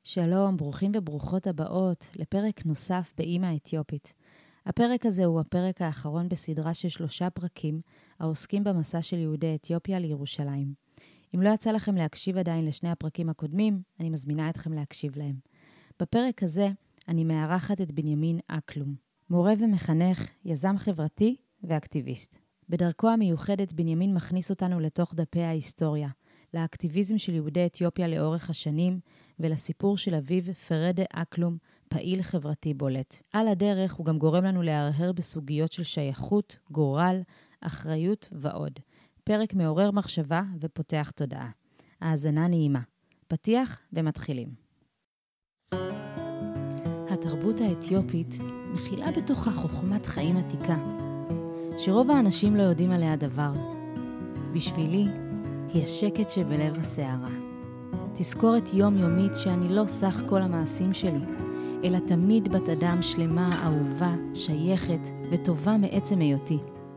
שלום, ברוכים וברוכות הבאות לפרק נוסף באמא האתיופית. הפרק הזה הוא הפרק האחרון בסדרה של 3 פרקים העוסקים במסע של יהודי אתיופיה לירושלים. אם לא יצא לכם להקשיב עדיין לשני הפרקים הקודמים, אני מזמינה אתכם להקשיב להם. בפרק הזה אני מארחת את בנימין אקלום, מורה ומחנך, יזם חברתי ואקטיביסט. בדרכו המיוחדת בנימין מכניס אותנו לתוך דפי ההיסטוריה, לאקטיביזם של יהודי אתיופיה לאורך השנים ולסיפור של אביו פרדה אקלום, פעיל חברתי בולט. על הדרך הוא גם גורם לנו להרהר בסוגיות של שייכות, גורל, אחריות ועוד. פרק מעורר מחשבה ופותח תודעה. האזנה נעימה. פתיח ומתחילים. התרבות האתיופית מכילה בתוכה חוכמת חיים עתיקה, שרוב האנשים לא יודעים עליה דבר. בשבילי, היא השקט שבלב הסערה. תזכורת יומיומית שאני לא סך כל המעשים שלי, אלא תמיד בת אדם שלמה, אהובה, שייכת וטובה מעצם היותי.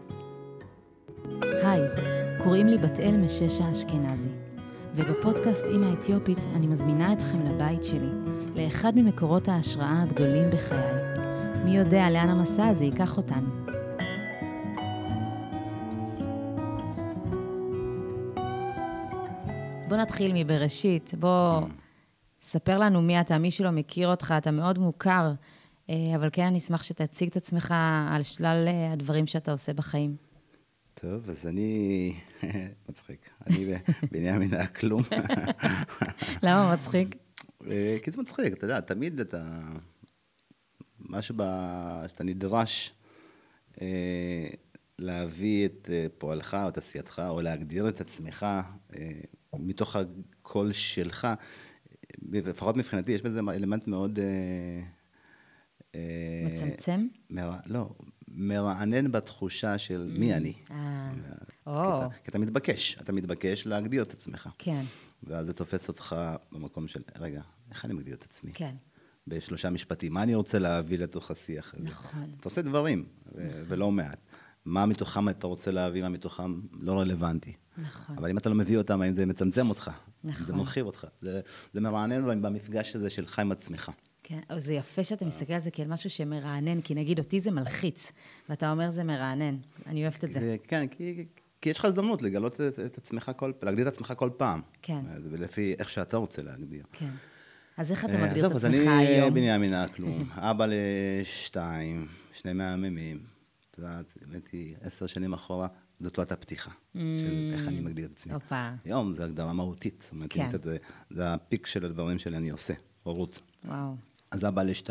היי, קוראים לי בת אל מששה אשכנזי, ובפודקאסט אמא האתיופית אני מזמינה אתכם לבית שלי, לאחד ממקורות ההשראה הגדולים בחיי. מי יודע לאן המסע הזה ייקח אותנו. בוא נתחיל מבראשית, בוא ספר לנו מי אתה, מי שלא מכיר אותך, אתה מאוד מוכר, אבל כן אני אשמח שתציג את עצמך על שלל הדברים שאתה עושה בחיים. טוב, אז אני מצחיק, אני בנימין אקלום. למה מצחיק? כי זה מצחיק, אתה יודע, תמיד מה שאתה נדרש להביא את פועלך או את עשייתך, או להגדיר את עצמך מתוך הקול שלך, לפחות מבחינתי, יש בזה אלמנט מאוד מצמצם? לא, מרענן בתחושה של מי אני. כי אתה מתבקש להגדיר את עצמך. כן. ואז זה תופס אותך במקום של, רגע, איך אני מגדיר את עצמי? כן. ב3 משפטים, מה אני רוצה להביא לתוך השיח הזה? נכון. אתה עושה דברים, ולא מעט. מה מתוכם אתה רוצה להביא, מה מתוכם לא רלוונטי. נכון. אבל אם אתה לא מביא אותם, האם זה מצמצם אותך? נכון. זה מרחיב אותך. זה מרענן במפגש הזה שלך עם עצמך. כן, זה יפה שאתה מסתכל על זה כאל משהו שמרענן, כי נגיד אותי זה מלחיץ, ואתה אומר זה מרענן. אני אוהבת את זה. כן, כי יש לך הזדמנות לגלות את עצמך להגדיר את עצמך כל פעם. כן. ולפי איך שאתה רוצה להגדיר. כן. אז איך אתה מגדיר את עצמך היום? היום? אז אני בנימין אקלום, אבא ל2, 2 מהממים. את יודעת, באמת היא 10 שנים אחורה, זאת לא הייתה פתיחה של איך אני מגדיר את עצמי. היום זו הגדרה מהותית. זאת אומרת, זה הפיק של הדברים שאני עושה, הורות. וואו. אז אבא ל2,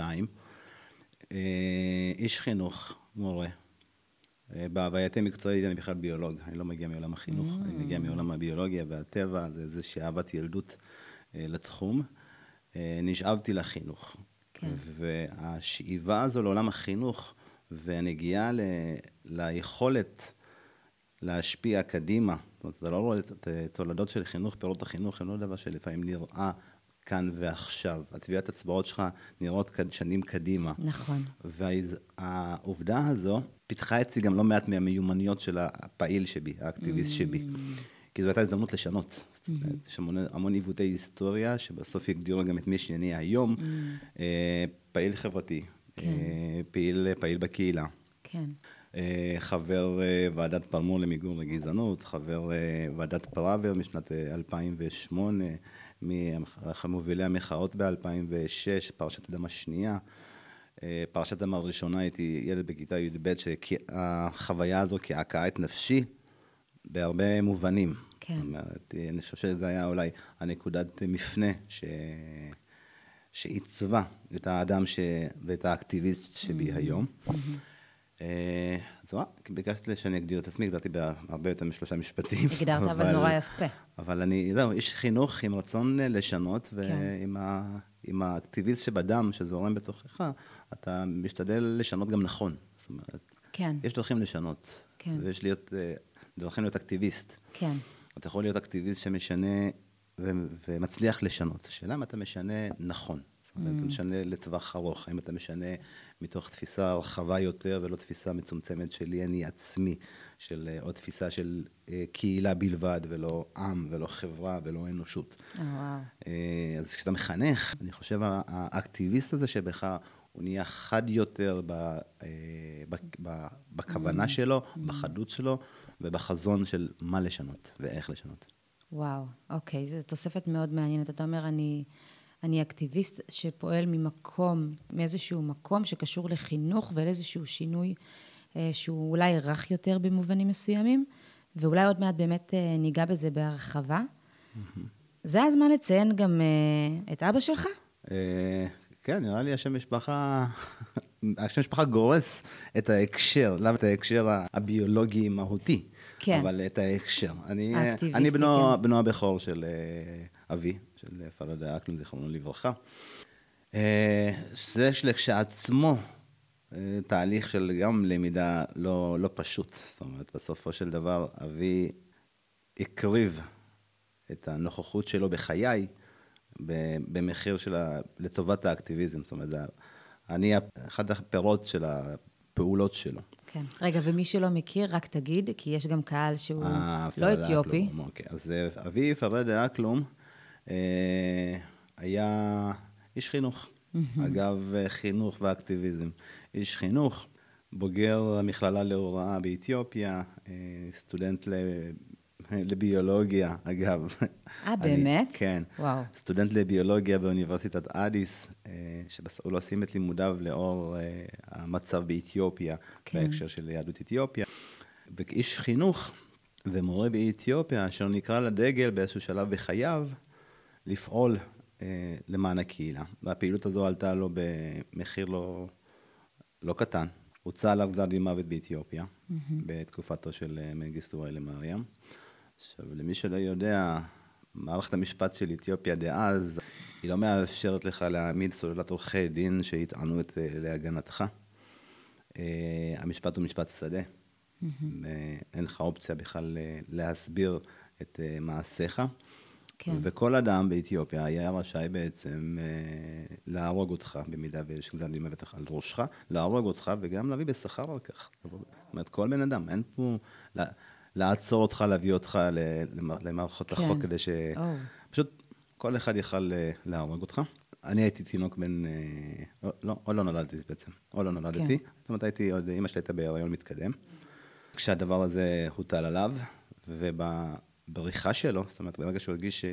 איש חינוך, מורה. בהווייתי מקצועית אני בכלל ביולוג, אני לא מגיע מעולם החינוך, אני מגיע מעולם הביולוגיה והטבע, זה איזושהי אהבת ילדות לתחום. נשאבתי לחינוך. כן. והשאיבה הזו לעולם החינוך, והנגיעה ליכולת להשפיע קדימה, זאת אומרת, אתה לא רואה את תולדות של חינוך, פירות החינוך, הם לא דבר שלפעמים נראה כאן ועכשיו. הטביעת אצבעות שלך נראות שנים קדימה. נכון. והעובדה הזו פיתחה אצלי גם לא מעט מהמיומנויות של הפעיל שבי, האקטיביסט שבי. כי זו הייתה הזדמנות לשנות. זאת אומרת, יש המון עיוותי היסטוריה, שבסוף יגדירו גם את מי שאני היום, פעיל חברתי, פעיל בקהילה. כן. חבר ועדת פלמור למיגור וגזענות, חבר ועדת פראוור משנת 2008, מובילי המחאות ב-2006, פרשת הדם השנייה. פרשת הדם הראשונה הייתי ילד בכיתה י"ב, שהחוויה הזו כעקעה את נפשי בהרבה מובנים. כן. זאת אומרת, אני חושב שזה היה אולי הנקודת מפנה שעיצבה את האדם ואת האקטיביסט שבי היום. אז ביקשתי שאני אגדיר את עצמי, הגדרתי בהרבה יותר מ3 משפטים. הגדרת אבל נורא יפה. אבל אני, איש חינוך עם רצון לשנות, ועם האקטיביסט שבדם, שזורם בתוכך, אתה משתדל לשנות גם נכון. זאת אומרת, כן. יש דרכים לשנות, ויש דרכים להיות אקטיביסט. כן. אתה יכול להיות אקטיביסט שמשנה ומצליח לשנות. השאלה אם אתה משנה נכון. זאת אתה משנה לטווח ארוך, האם אתה משנה מתוך תפיסה רחבה יותר, ולא תפיסה מצומצמת שלי אני עצמי, או תפיסה של קהילה בלבד, ולא עם, ולא חברה, ולא אנושות. אז כשאתה מחנך, אני חושב, האקטיביסט הזה שבך, הוא נהיה חד יותר בכוונה שלו, בחדות שלו, ובחזון של מה לשנות ואיך לשנות. וואו, אוקיי, זו תוספת מאוד מעניינת. אתה אומר, אני אקטיביסט שפועל מאיזשהו מקום שקשור לחינוך ולאיזשהו שינוי שהוא אולי רך יותר במובנים מסוימים, ואולי עוד מעט באמת ניגע בזה בהרחבה. זה הזמן לציין גם את אבא שלך? כן, נראה לי השם משפחה גורס את ההקשר, לאו את ההקשר הביולוגי מהותי, כן. אבל את ההקשר. אני בנו הבכור של אבי, של פרדה אקלום, זיכרונו לברכה. זה כשעצמו תהליך של גם למידה לא פשוט. זאת אומרת, בסופו של דבר, אבי הקריב את הנוכחות שלו בחיי, במחיר לטובת האקטיביזם. זאת אומרת, אני אחד הפירות של הפעולות שלו. כן. רגע, ומי שלא מכיר, רק תגיד, כי יש גם קהל שהוא לא אתיופי. אוקיי, אז אבי פרדה אקלום היה איש חינוך. אגב, חינוך ואקטיביזם. איש חינוך, בוגר המכללה להוראה באתיופיה, סטודנט לביולוגיה, אגב. באמת? כן. וואו. סטודנט לביולוגיה באוניברסיטת אדיס, שהוא לא סיים את לימודיו לאור המצב באתיופיה, בהקשר של יהדות אתיופיה. ואיש חינוך ומורה באתיופיה, אשר נקרא לדגל באיזשהו שלב בחייו, לפעול למען הקהילה. והפעילות הזו עלתה לו במחיר לא קטן. הוצא עליו גזר דין מוות באתיופיה, בתקופתו של מנגיסטו היילה מריאם. עכשיו, למי שלא יודע, מערכת המשפט של אתיופיה דאז, היא לא מאפשרת לך להעמיד סוללת עורכי דין שיטענו להגנתך. המשפט הוא משפט שדה. אין לך אופציה בכלל להסביר את מעשיך. כן. וכל אדם באתיופיה היה רשאי בעצם להרוג אותך, במידה ויש גזר דין מוות על ראשך, להרוג אותך וגם להביא בשכר על כך. זאת אומרת, כל בן אדם, אין פה לעצור אותך, להביא אותך למערכות החוק, כדי פשוט כל אחד יוכל להרוג אותך. אני הייתי תינוק בן, או לא נולדתי בעצם, או לא נולדתי. זאת אומרת, אמא שלי הייתה בהיריון מתקדם. כשהדבר הזה הוטל עליו, בריחה שלו, זאת אומרת, ברגע שהוא הרגיש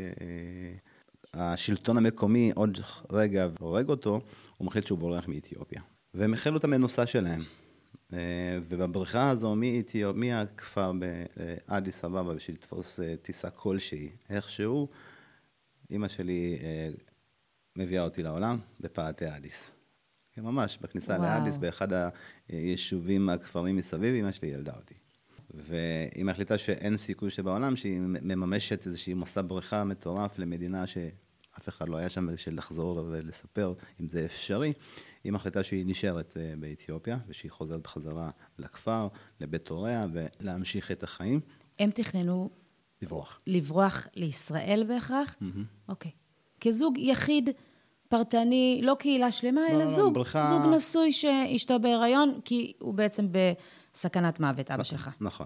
שהשלטון המקומי עוד רגע הורג אותו, הוא מחליט שהוא בורח מאתיופיה. והם החלו את המנוסה שלהם. ובבריחה הזו מהכפר באדיס אבבה, בשביל לתפוס טיסה כלשהי, איכשהו, אמא שלי מביאה אותי לעולם בפאתי אדיס. ממש, בכניסה לאדיס, באחד היישובים הכפרים מסביב, אמא שלי ילדה אותי. והיא החליטה שאין סיכוי שבעולם שהיא מממשת איזושהי מסע בריחה מטורף למדינה שאף אחד לא היה שם בשביל לחזור ולספר אם זה אפשרי. היא החליטה שהיא נשארת באתיופיה ושהיא חוזרת בחזרה לכפר, לבית הוריה ולהמשיך את החיים. הם תכננו לברוח לישראל בהכרח? אוקיי. כזוג יחיד פרטני, לא קהילה שלמה, אלא זוג נשוי שאשתו בהיריון, כי הוא בעצם בסכנת מוות, אבא שלך. נכון.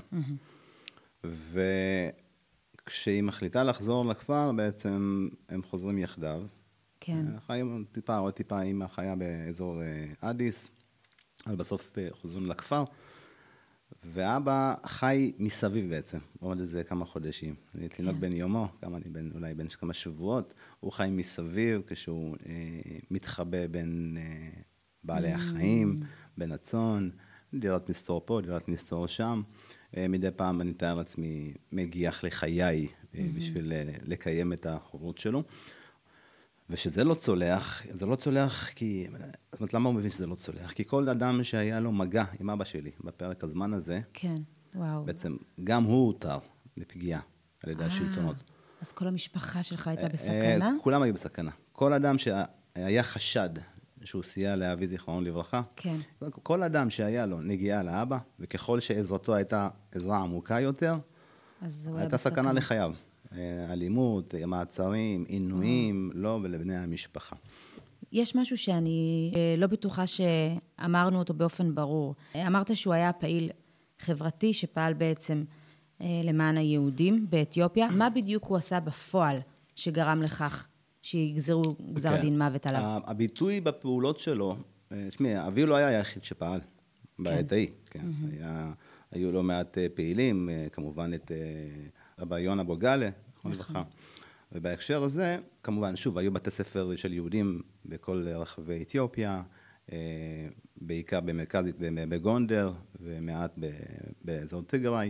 וכשהיא מחליטה לחזור לכפר, בעצם הם חוזרים יחדיו. כן. חיים עוד טיפה, אמא חיה באזור אדיס, אבל בסוף חוזרים לכפר, ואבא חי מסביב בעצם, עוד איזה כמה חודשים. אני תינוק בן יומו, אולי בין כמה שבועות, הוא חי מסביב כשהוא מתחבא בין בעלי החיים, בין הצאן, דירת מסתור פה, דירת מסתור שם. מדי פעם אני מתאר לעצמי מגיח לחיי בשביל לקיים את החובות שלו. ושזה לא צולח, זה לא צולח כי, זאת אומרת, למה הוא מבין שזה לא צולח? כי כל אדם שהיה לו מגע עם אבא שלי בפרק הזמן הזה, כן, וואו. בעצם גם הוא הותר לפגיעה על ידי השלטונות. אז כל המשפחה שלך הייתה בסכנה? כולם היו בסכנה. כל אדם שהיה חשד שהוא סייע לאבי זיכרונו לברכה, כן. כל אדם שהיה לו נגיעה לאבא, וככל שעזרתו הייתה עזרה עמוקה יותר, הייתה סכנה לחייו. אלימות, מעצרים, עינויים, לא ולבני המשפחה. יש משהו שאני לא בטוחה שאמרנו אותו באופן ברור. אמרת שהוא היה פעיל חברתי שפעל בעצם למען היהודים באתיופיה. מה בדיוק הוא עשה בפועל שגרם לכך שיגזרו גזר דין מוות עליו? הביטוי בפעולות שלו, אבי לא היה היחיד שפעל בעת ההיא. היו לא מעט פעילים, כמובן את רבי יונה בוגלה, נכון לברכה. ובהקשר הזה, כמובן, שוב, היו בתי ספר של יהודים בכל רחבי אתיופיה, בעיקר במרכזית בגונדר, ומעט באזור טיגריי.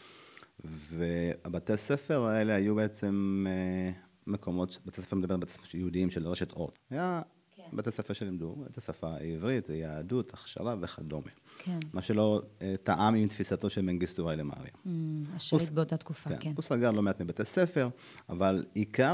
והבתי ספר האלה היו בעצם מקומות, בתי ספר מדבר על בתי ספר יהודיים של רשת אורט. היה בתי ספר שלימדו את השפה העברית, היהדות, הכשרה וכדומה. כן. מה שלא טעם עם תפיסתו של מנגיסטו היילה מריאם. השליט באותה תקופה, כן. הוא סגר לא מעט מבתי ספר, אבל עיקר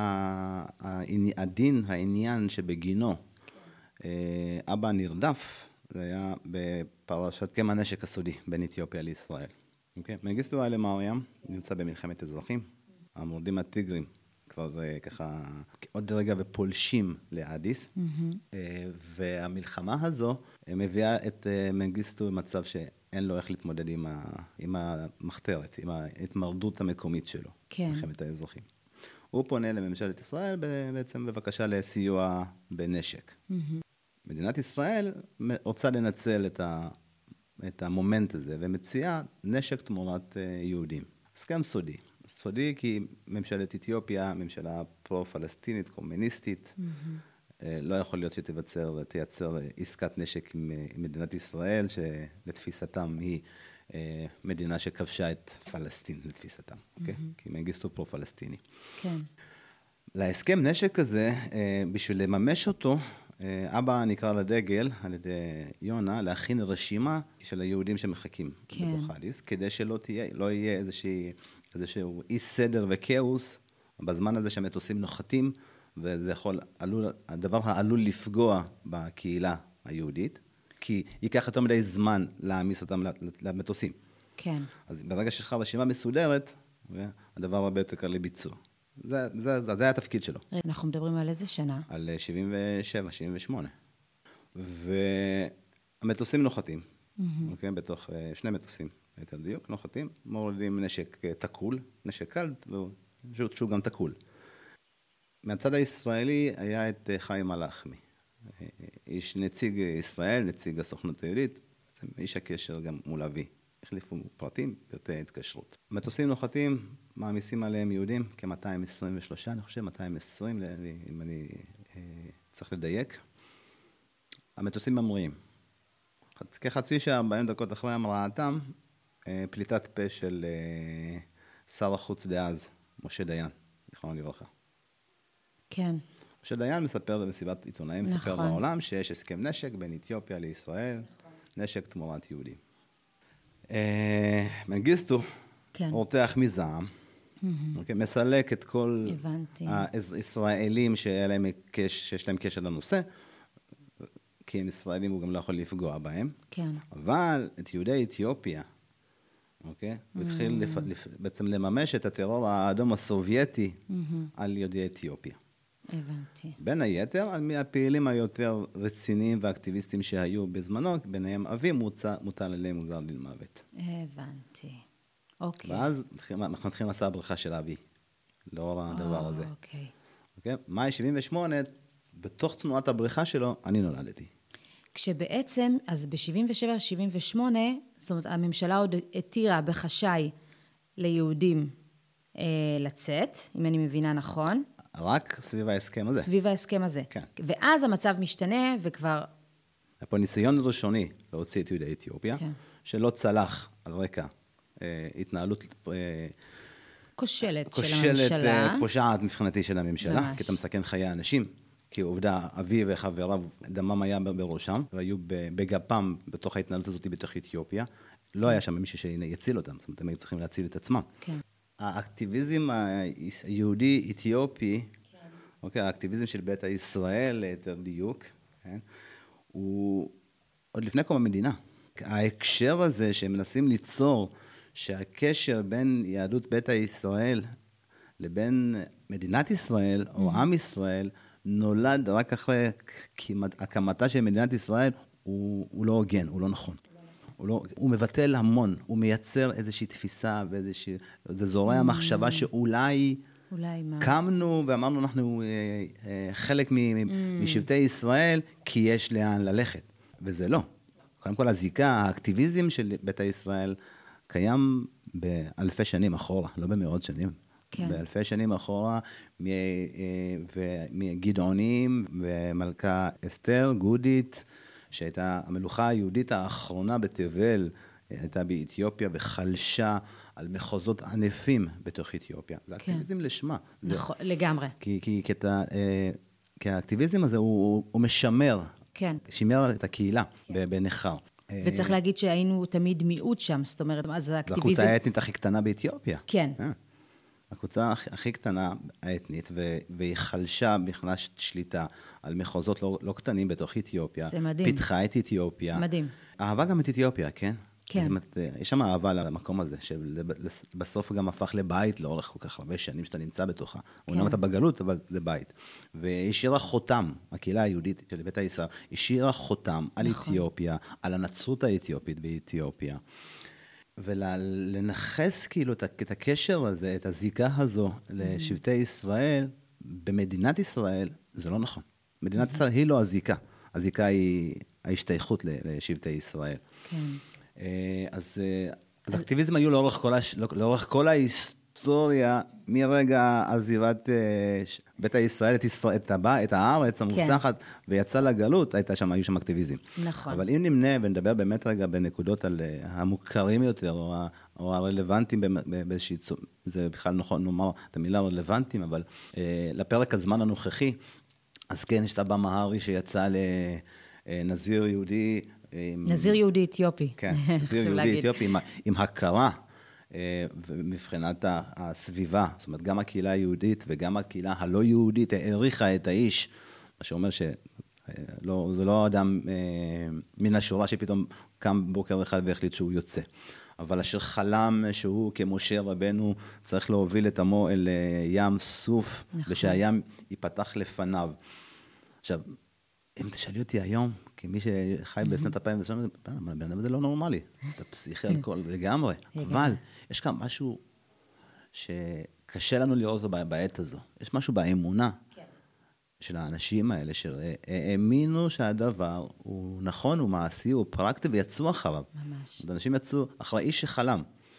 העניין שבגינו אבא נרדף, זה היה בפרשת קם הנשק הסודי בין אתיופיה לישראל. מנגיסטו היילה מריאם נמצא במלחמת אזרחים, המורדים הטיגרים כבר ככה עוד רגע ופולשים לאדיס, והמלחמה הזו מביאה את מנגיסטו במצב שאין לו איך להתמודד עם המחתרת, עם ההתמרדות המקומית שלו, מלחמת האזרחים. הוא פונה לממשלת ישראל בעצם בבקשה לסיוע בנשק. מדינת ישראל רוצה לנצל את המומנט הזה, ומציעה נשק תמורת יהודים. הסכם סודי. סודי כי ממשלת אתיופיה, ממשלה פרו-פלסטינית, קומוניסטית, לא יכול להיות שתייצר עסקת נשק עם מדינת ישראל, שלתפיסתם היא מדינה שכבשה את פלסטין, לתפיסתם, אוקיי? כי מנגיסטו פרו-פלסטיני. כן. להסכם נשק הזה, בשביל לממש אותו, אבא נקרא לדגל על ידי יונה, להכין רשימה של היהודים שמחכים בתוך אדיס, כדי שלא יהיה איזשהו אי סדר וכאוס בזמן הזה שהמטוסים נוחתים, וזה הדבר העלול לפגוע בקהילה היהודית, כי ייקח יותר מדי זמן להעמיס אותם למטוסים. כן. אז ברגע שיש לך רשימה מסודרת, הדבר הרבה יותר קל לביצוע. זה היה התפקיד שלו. אנחנו מדברים על איזה שנה? על 77, 78. והמטוסים נוחתים, אוקיי? בתוך שני מטוסים, יותר דיוק, נוחתים, מורידים נשק תקול, נשק קל, שהוא גם תקול. מהצד הישראלי היה את חיים מלאכמי. איש נציג ישראל, נציג הסוכנות היהודית, איש הקשר גם מול אבי. החליפו פרטים, פרטי התקשרות. מטוסים נוחתים, מעמיסים עליהם יהודים, כ-223, אני חושב, 220, אם אני צריך לדייק. המטוסים ממריאים. כחצי שעה, 40 דקות אחרי המראתם, פליטת פה של שר החוץ דאז, משה דיין, זכרונו לברכה. כן. משה דיין מספר במסיבת עיתונאים, מספר לעולם שיש הסכם נשק בין אתיופיה לישראל, נשק תמורת יהודים. מנגיסטו, רותח מזעם, מסלק את כל הישראלים שיש להם קשר לנושא, כי הם ישראלים הוא גם לא יכול לפגוע בהם, אבל את יהודי אתיופיה, הוא התחיל בעצם לממש את הטרור האדום הסובייטי על יהודי אתיופיה. הבנתי. בין היתר, על מהפעילים היותר רציניים ואקטיביסטים שהיו בזמנו, ביניהם אבי מוטל עליהם גזר דין מוות. הבנתי. אוקיי. ואז אנחנו מתחילים לעשות הברכה של אבי, לאור הדבר הזה. אוקיי. מאי 78, בתוך תנועת הבריכה שלו, אני נולדתי. כשבעצם, אז ב-77-78, זאת אומרת, הממשלה עוד התירה בחשאי ליהודים לצאת, אם אני מבינה נכון. רק סביב ההסכם הזה. סביב ההסכם הזה. כן. ואז המצב משתנה וכבר... היה פה ניסיון ראשוני להוציא את יהודי אתיופיה, כן. שלא צלח על רקע התנהלות... כושלת של הממשלה. פושעת מבחינתי של הממשלה, ממש. כי אתה מסכן חיי אנשים, כי עובדה, אבי וחבריו, דמם היה בראשם, והיו בגפם בתוך ההתנהלות הזאת בתוך אתיופיה. לא היה שם מישהו שיציל אותם, זאת אומרת, הם היו צריכים להציל את עצמם. כן. האקטיביזם היהודי-אתיופי, אוקיי, האקטיביזם של בית ישראל, ליתר דיוק, כן, הוא עוד לפני קום המדינה. ההקשר הזה שהם מנסים ליצור, שהקשר בין יהדות בית ישראל לבין מדינת ישראל, או עם ישראל, נולד רק אחרי הקמתה של מדינת ישראל, הוא לא הוגן, הוא לא נכון. הוא מבטל המון, הוא מייצר איזושהי תפיסה זה זורע מחשבה שאולי קמנו ואמרנו אנחנו חלק משבטי ישראל, כי יש לאן ללכת, וזה לא. קודם כל הזיקה, האקטיביזם של ביתא ישראל קיים באלפי שנים אחורה, לא במאות שנים. כן. באלפי שנים אחורה, מגדעונים ומלכה אסתר, גודית, שהייתה המלוכה היהודית האחרונה בתבל, הייתה באתיופיה וחלשה על מחוזות ענפים בתוך אתיופיה. זה אקטיביזם לשמה. נכון, לגמרי. כי האקטיביזם הזה הוא משמר, שימר את הקהילה בנחר. וצריך להגיד שהיינו תמיד מיעוט שם, זאת אומרת, אז האקטיביזם... זו הקבוצה האתנית הכי קטנה באתיופיה. כן. הקבוצה הכי קטנה האתנית, והיא חלשה בכלל שליטה על מחוזות לא קטנים בתוך אתיופיה. זה מדהים. פיתחה את אתיופיה. מדהים. אהבה גם את אתיופיה, כן? כן. יש שם אהבה למקום הזה, שבסוף גם הפך לבית לאורך כל כך הרבה שנים שאתה נמצא בתוכה. אומנם אתה בגלות, אבל זה בית. והשאירה חותם, הקהילה היהודית של ביתא ישראל, השאירה חותם על אתיופיה, על הנצרות האתיופית באתיופיה. ולנחס כאילו את הקשר הזה, את הזיקה הזו לשבטי ישראל, במדינת ישראל, זה לא נכון. מדינת ישראל היא לא הזיקה. הזיקה היא ההשתייכות לשבטי ישראל. כן. אז אקטיביזם היו לאורך כל ההיסטוריה, מרגע עזיבת ביתא ישראל, את הארץ המובטחת, ויצא לגלות, היו שם אקטיביזם. נכון. אבל אם נמנה ונדבר באמת רגע בנקודות על המוכרים יותר, או הרלוונטיים, זה בכלל נכון, נאמר את המילה רלוונטיים, אבל לפרק הזמן הנוכחי, אז כן, יש את אבא מהרי שיצא לנזיר יהודי, נזיר יהודי אתיופי. כן, נזיר יהודי אתיופי, עם הכרה, ומבחינת הסביבה, זאת אומרת, גם הקהילה היהודית וגם הקהילה הלא יהודית העריכה את האיש, מה שאומר שזה לא אדם מן השורה שפתאום קם בוקר אחד והחליט שהוא יוצא. אבל אשר חלם שהוא כמשה רבנו צריך להוביל את עמו אל ים סוף, ושהים ייפתח לפניו. עכשיו, אם תשאלי אותי היום, כמי שחי בשנת 2020, הבן אדם הזה לא נורמלי, אתה פסיכי על כל לגמרי, אבל יש כאן משהו שקשה לנו לראות אותו בעת הזו. יש משהו באמונה של האנשים האלה, שהאמינו שהדבר הוא נכון, הוא מעשי, הוא פרקטי, ויצאו אחריו. ממש. אנשים יצאו אחרי איש שחלם.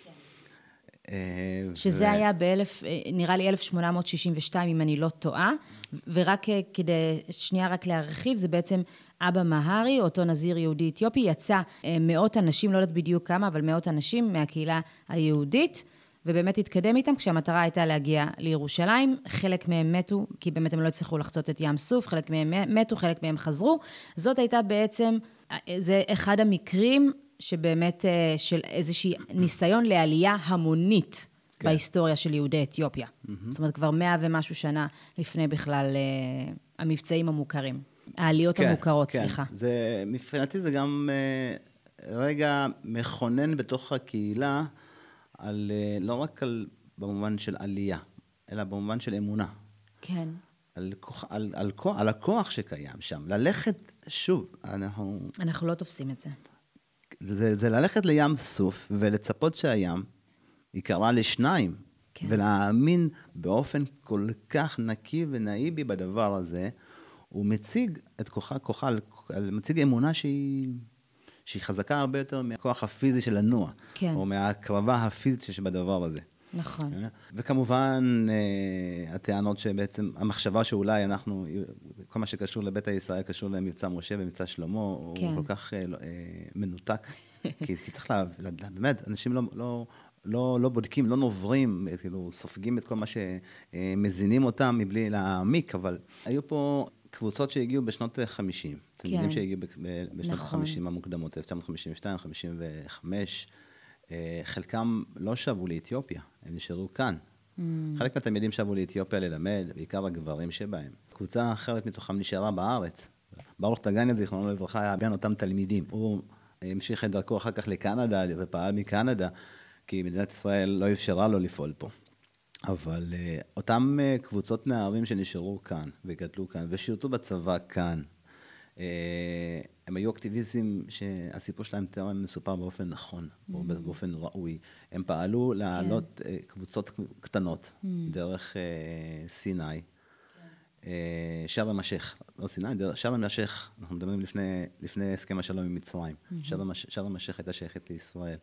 שזה היה נראה לי 1862, אם אני לא טועה, ורק כדי שנייה רק להרחיב, זה בעצם אבא מהרי, אותו נזיר יהודי אתיופי, יצא מאות אנשים, לא יודעת בדיוק כמה, אבל מאות אנשים מהקהילה היהודית, ובאמת התקדם איתם, כשהמטרה הייתה להגיע לירושלים, חלק מהם מתו, כי באמת הם לא הצליחו לחצות את ים סוף, חלק מהם מתו, חלק מהם חזרו, זאת הייתה בעצם, זה אחד המקרים, שבאמת של איזושהי ניסיון לעלייה המונית בהיסטוריה של יהודי אתיופיה. זאת אומרת, כבר 100 ומשהו שנה לפני בכלל המבצעים המוכרים. העליות המוכרות, סליחה. מבחינתי זה גם רגע מכונן בתוך הקהילה, לא רק במובן של עלייה, אלא במובן של אמונה. כן. על הכוח שקיים שם. ללכת, שוב, אנחנו לא תופסים את זה. זה ללכת לים סוף ולצפות שהים יקרא לשניים, כן. ולהאמין באופן כל כך נקי ונאיבי בדבר הזה, הוא מציג את כוחה, מציג אמונה שהיא חזקה הרבה יותר מהכוח הפיזי של לנוע, כן. או מהקרבה הפיזית שבדבר הזה. נכון. וכמובן, הטענות שבעצם, המחשבה שאולי אנחנו, כל מה שקשור לבית ישראל, קשור למבצע משה ומבצע שלמה, הוא כל כך מנותק, כי צריך באמת, אנשים לא בודקים, לא נוברים, כאילו, סופגים את כל מה שמזינים אותם מבלי להעמיק, אבל היו פה קבוצות שהגיעו בשנות 50, תלמידים שהגיעו בשנות 50 המוקדמות, 1952, 55, חלקם לא שבו לאתיופיה, הם נשארו כאן. חלק מהתלמידים שבו לאתיופיה ללמד, בעיקר הגברים שבהם. קבוצה אחרת מתוכם נשארה בארץ. ברוך טגניה, זיכרונו לברכה, היה בין אותם תלמידים. הוא המשיך את דרכו אחר כך לקנדה, ופעל מקנדה, כי מדינת ישראל לא אפשרה לו לפעול פה. אבל אותם קבוצות נערים שנשארו כאן וגדלו כאן ושירתו בצבא כאן, הם היו אקטיביזם שהסיפור שלהם טרם מסופר באופן נכון, באופן ראוי. הם פעלו להעלות קבוצות קטנות דרך סיני, שארם א-שייח, לא סיני, שארם א-שייח, אנחנו מדברים לפני הסכם השלום עם מצרים. שארם א-שייח הייתה שייכת לישראל.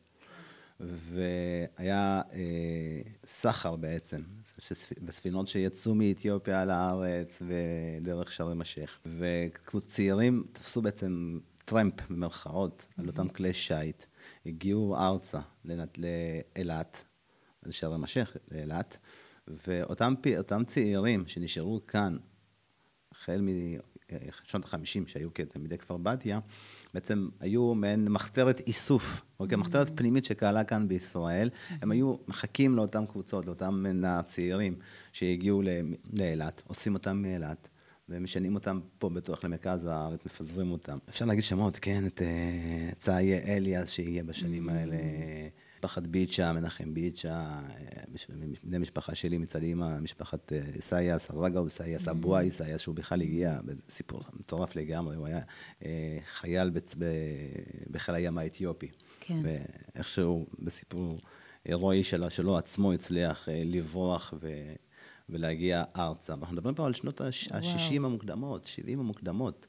והיה סחר בעצם, בספינות שיצאו מאתיופיה לארץ ודרך שארם א-שייח. וצעירים תפסו בעצם טרמפ במרכאות על אותם כלי שייט, הגיעו ארצה לאילת, לשארם א-שייח, לאילת, ואותם צעירים שנשארו כאן, החל משנות ה-50 שהיו כתלמידי כפר בתיה, בעצם היו מעין מחתרת איסוף, אוקיי, מחתרת פנימית שקהלה כאן בישראל, הם היו מחכים לאותם קבוצות, לאותם צעירים שהגיעו לאילת, אוספים אותם מאילת, ומשנים אותם פה בטוח למרכז הארץ, מפזרים אותם. אפשר להגיד שמות, כן, את צאיה אליאס שהגיע בשנים האלה, משפחת ביצ'ה, מנחם ביצ'ה, בני משפחה שלי מצד אמא, משפחת סייס, הרגאו סייס, אבואי סייס, שהוא בכלל הגיע, סיפור מטורף לגמרי, הוא היה חייל בחיל הים האתיופי. כן. ואיכשהו בסיפור הירואי שלו עצמו הצליח לברוח ולהגיע ארצה. אנחנו מדברים פה על שנות ה-60 המוקדמות, 70 המוקדמות.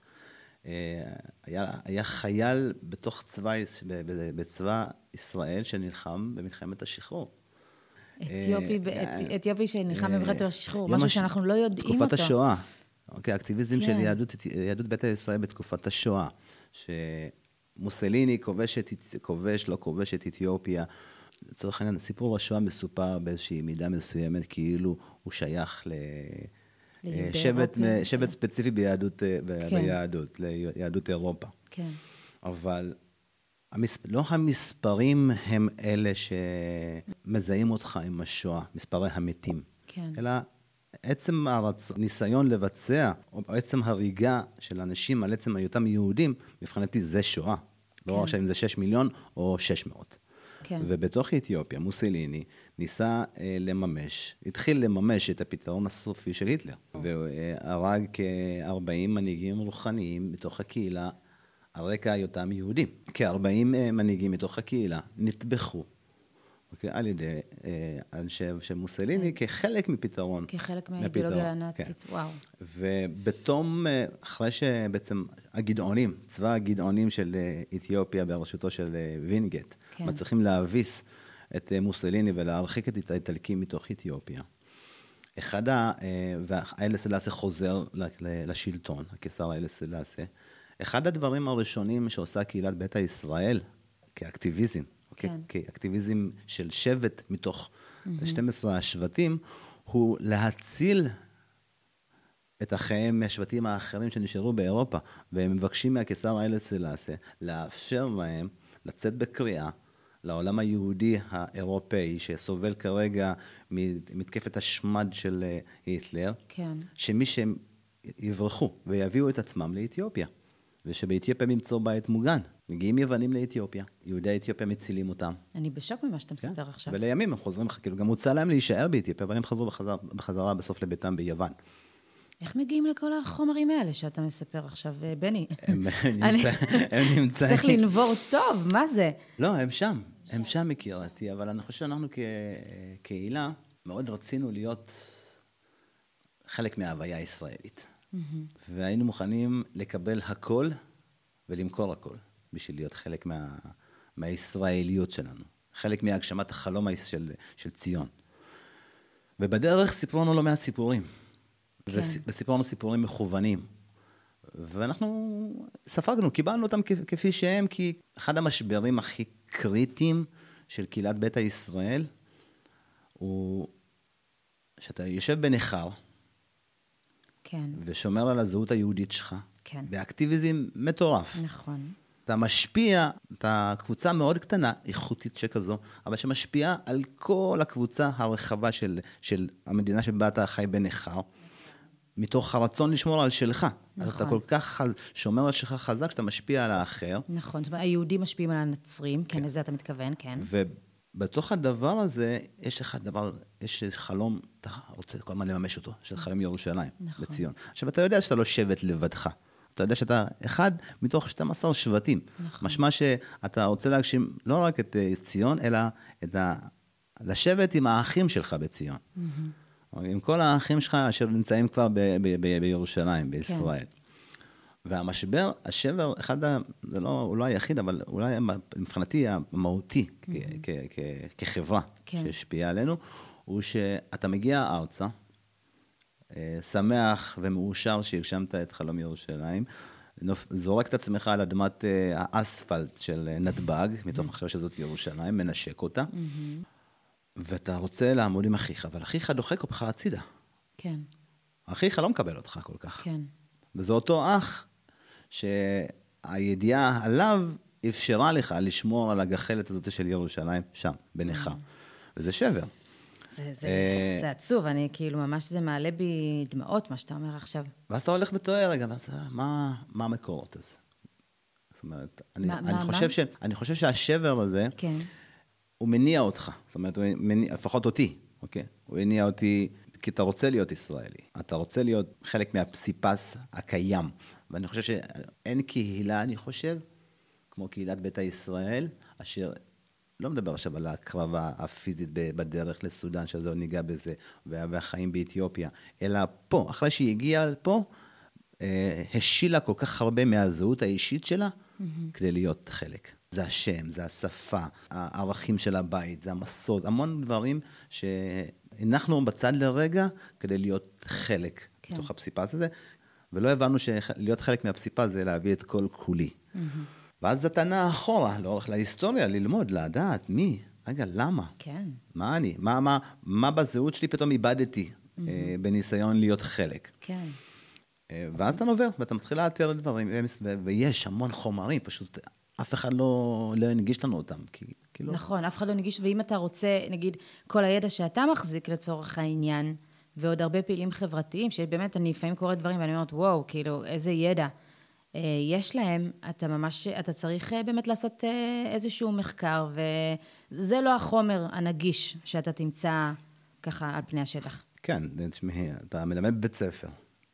היה חייל בתוך בצבא ישראל שנלחם במלחמת השחרור. אתיופי שנלחם במלחמת השחרור, משהו שאנחנו לא יודעים אותו. תקופת השואה, אוקיי, אקטיביזם של יהדות ביתא ישראל בתקופת השואה, שמוסליני לא כובש את אתיופיה, לצורך העניין, סיפור השואה מסופר באיזושהי מידה מסוימת, כאילו הוא שייך שבט ספציפי ביהדות, ליהדות אירופה. כן. אבל לא המספרים הם אלה שמזהים אותך עם השואה, מספרי המתים. כן. אלא עצם הניסיון לבצע, או עצם הריגה של אנשים על עצם היותם יהודים, מבחינתי זה שואה. לא עכשיו אם זה 6 מיליון או 600. כן. ובתוך אתיופיה, מוסליני התחיל לממש את הפתרון הסופי של היטלר, והרג כ-40 מנהיגים רוחניים מתוך הקהילה, על רקע היותם יהודים. כ-40 מנהיגים מתוך הקהילה נטבחו, על ידי אנשי מוסליני, כחלק מפתרון. כחלק מהאידיאולוגיה הנאצית, וואו. ובתום, אחרי שבעצם הגדעונים, צבא הגדעונים של אתיופיה בראשותו של וינגייט, מצליחים להביס את מוסליני ולהרחיק את האיטלקים מתוך אתיופיה. והאיילה סלאסי חוזר לשלטון, הקיסר האיילה סלאסי. אחד הדברים הראשונים שעושה קהילת ביתא ישראל, כאקטיביזם, כאקטיביזם של שבט מתוך 12 השבטים, הוא להציל את החיים מהשבטים האחרים שנשארו באירופה, והם מבקשים מהקיסר האיילה סלאסי לאפשר להם לצאת בקריאה לעולם היהודי האירופאי, שסובל כרגע מתקפת השמד של היטלר, כן. שמי שהם יברחו ויביאו את עצמם לאתיופיה, ושבאתיופיה ימצאו בית מוגן. מגיעים יוונים לאתיופיה, יהודי אתיופיה מצילים אותם. אני בשוק ממה שאתה מספר עכשיו. ולימים הם חוזרים, כאילו גם הוצא להם להישאר באתיופיה, אבל הם חזרו בחזרה בסוף לביתם ביוון. איך מגיעים לכל החומרים האלה שאתה מספר עכשיו, בני? הם נמצאים. צריך לנבור טוב, מה זה? לא, הם שם מכירתי, אבל אני חושב שאנחנו כקהילה מאוד רצינו להיות חלק מההוויה הישראלית. והיינו מוכנים לקבל הכל ולמכור הכל, בשביל להיות חלק מהישראליות שלנו. חלק מהגשמת החלום של ציון. ובדרך סיפרנו לא מעט סיפורים. כן. וסיפרנו סיפורים מכוונים. ואנחנו ספגנו, קיבלנו אותם כפי שהם, כי אחד המשברים הכי קריטיים של קהילת ביתא ישראל, הוא שאתה יושב בנחר, כן. ושומר על הזהות היהודית שלך, כן. באקטיביזם מטורף. נכון. אתה משפיע, אתה קבוצה מאוד קטנה, איכותית שכזו, אבל שמשפיעה על כל הקבוצה הרחבה של המדינה שבה אתה חי בנחר, מתוך הרצון לשמור על שלך. נכון. אז אתה כל כך שומר על שלך חזק, שאתה משפיע על האחר. נכון, זאת אומרת, היהודים משפיעים על הנצרים, כן, לזה אתה מתכוון, כן. בתוך הדבר הזה, יש חלום, אתה רוצה כל הזמן לממש אותו, של חלום ירושלים, נכון. בציון. עכשיו, אתה יודע שאתה לא שבט לבדך. אתה יודע שאתה אחד מתוך 12 שבטים. נכון. משמע שאתה רוצה להגשים לא רק את ציון, אלא לשבת עם האחים שלך בציון. עם כל האחים שלך אשר נמצאים כבר בירושלים, בישראל. והמשבר, השבר, הוא לא היחיד, אבל אולי מבחינתי המהותי כחברה שהשפיעה עלינו, הוא שאתה מגיע ארצה, שמח ומאושר שהגשמת את חלום ירושלים, זורק את עצמך על אדמת האספלט של נתב"ג, מתוך מחשב שזאת ירושלים, מנשק אותה, ואתה רוצה לעמוד עם אחיך, אבל אחיך דוחק אותך הצידה. כן. אחיך לא מקבל אותך כל כך. כן. וזה אותו אח שהידיעה עליו אפשרה לך לשמור על הגחלת הזאת של ירושלים שם, בינך. וזה שבר. זה עצוב, אני כאילו ממש זה מעלה בי דמעות, מה שאתה אומר עכשיו. ואז אתה הולך ותוהה רגע, מה המקורות הזה? זאת אומרת, אני חושב שהשבר הזה, כן. הוא מניע אותך. זאת אומרת, לפחות אותי, אוקיי? הוא מניע אותי, כי אתה רוצה להיות ישראלי. אתה רוצה להיות חלק מהפסיפס הקיים. ואני חושב שאין קהילה, אני חושב, כמו קהילת ביתא ישראל, אשר לא מדבר עכשיו על ההקרבה הפיזית בדרך לסודן, שזו ניגע בזה, והחיים באתיופיה, אלא פה, אחרי שהיא הגיעה פה, השילה כל כך הרבה מהזהות האישית שלה, כדי להיות חלק. זה השם, זה השפה, הערכים של הבית, זה המסורת, המון דברים שהנחנו בצד לרגע, כדי להיות חלק בתוך הפסיפס הזה, ולא הבנו שלהיות חלק מהפסיפס זה להביא את כל כולי. ואז אתה נע אחורה, לאורך להיסטוריה, ללמוד, לדעת מי, רגע, למה? כן. מה אני? מה בזהות שלי פתאום איבדתי בניסיון להיות חלק? כן. ואז אתה נובר, ואתה מתחיל לאתר דברים, ויש המון חומרים, פשוט אף אחד לא הנגיש לנו אותם. נכון, אף אחד לא נגיש, ואם אתה רוצה, נגיד, כל הידע שאתה מחזיק לצורך העניין, ועוד הרבה פעילים חברתיים, שבאמת אני לפעמים קורא דברים, ואני אומרת, וואו, כאילו, איזה ידע יש להם, אתה צריך באמת לעשות איזשהו מחקר, וזה לא החומר הנגיש שאתה תמצא ככה על פני השטח. כן, אתה מלמד בית ספר,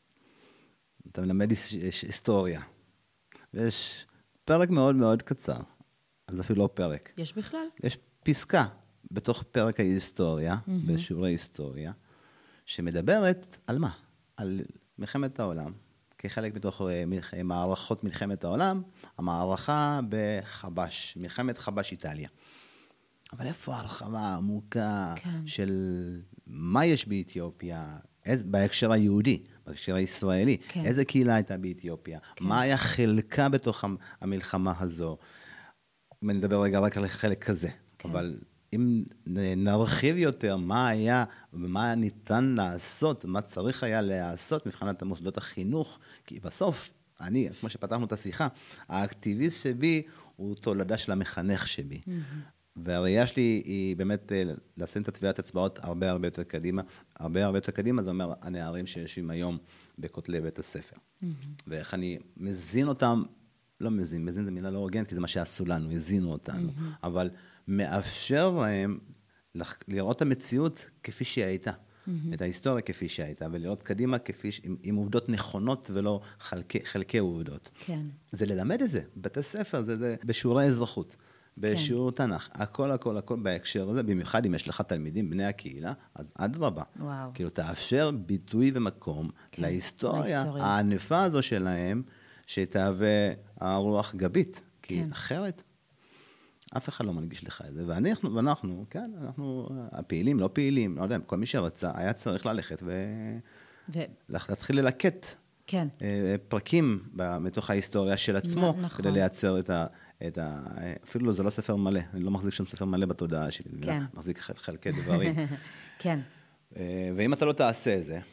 אתה מלמד היסטוריה, ויש פרק מאוד מאוד קצר, אז אפילו לא פרק. יש בכלל? יש פסקה בתוך פרק ההיסטוריה, בשיעורי היסטוריה, שמדברת על מה? על מלחמת העולם. כחלק בתוך מערכות מלחמת העולם, המערכה בחבש, מלחמת חבש איטליה. אבל איפה ההרחבה העמוקה של מה יש באתיופיה, בהקשר היהודי, בהקשר הישראלי, איזה קהילה הייתה באתיופיה, מה היה חלקה בתוך המלחמה הזו. אני מדבר רגע רק על חלק כזה, אבל אם נרחיב יותר מה היה ומה ניתן לעשות, מה צריך היה לעשות מבחינת מוסדות החינוך, כי בסוף, כמו שפתחנו את השיחה, האקטיביסט שבי הוא תולדה של המחנך שבי. והראייה שלי היא באמת לשים את הטביעת אצבעות הרבה יותר קדימה. הרבה יותר קדימה, זה אומר הנערים שיושבים היום בכותלי בית הספר. ואיך אני מזין אותם, לא מזין זה מילה לא הוגנת, כי זה מה שעשו לנו, הזינו אותנו. אבל מאפשר להם לראות את המציאות כפי שהיא הייתה, את ההיסטוריה כפי שהיא הייתה, ולראות קדימה עם עובדות נכונות ולא חלקי עובדות. כן. זה ללמד את זה, בתי ספר, זה בשיעורי אזרחות, בשיעור תנ"ך, הכל בהקשר הזה, במיוחד אם יש לך תלמידים בני הקהילה, אז אדרבה. וואו. כאילו תאפשר ביטוי ומקום להיסטוריה הענפה הזו שלהם, שתהווה הרוח גבית, כי אחרת אף אחד לא מנגיש לך את זה, ואנחנו, כן, אנחנו הפעילים, לא פעילים, לא יודע, כל מי שרצה היה צריך ללכת ולהתחיל ללקט פרקים מתוך ההיסטוריה של עצמו, כדי לייצר אפילו זה לא ספר מלא, אני לא מחזיק שם ספר מלא בתודעה שלי, אני מחזיק חלקי דברים. כן. ואם אתה לא תעשה את זה,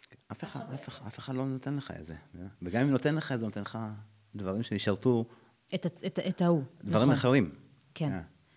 אף אחד לא נותן לך את זה. וגם אם נותן לך את זה, נותן לך דברים שישרתו את ההוא. דברים אחרים. כן.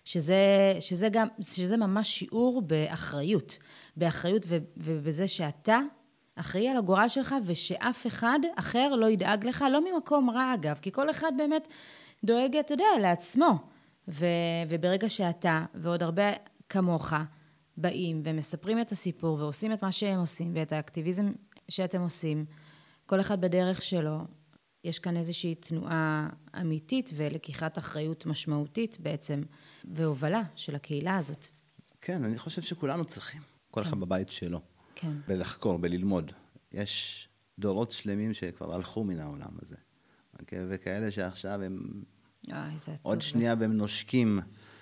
שזה ממש שיעור באחריות ובזה שאתה אחראי על הגורל שלך, ושאף אחד אחר לא ידאג לך, לא ממקום רע אגב, כי כל אחד באמת דואג, אתה יודע, לעצמו. וברגע שאתה ועוד הרבה כמוך באים ומספרים את הסיפור ועושים את מה שהם עושים ואת האקטיביזם שאתם עושים, כל אחד בדרך שלו, יש כאן איזושהי תנועה אמיתית ולקיחת אחריות משמעותית בעצם, והובלה של הקהילה הזאת. כן, אני חושב שכולנו צריכים, כל אחד בבית שלו. כן. ולחקור, וללמוד. יש דורות שלמים שכבר הלכו מן העולם הזה. וכאלה שעכשיו הם עוד שנייה והם נושקים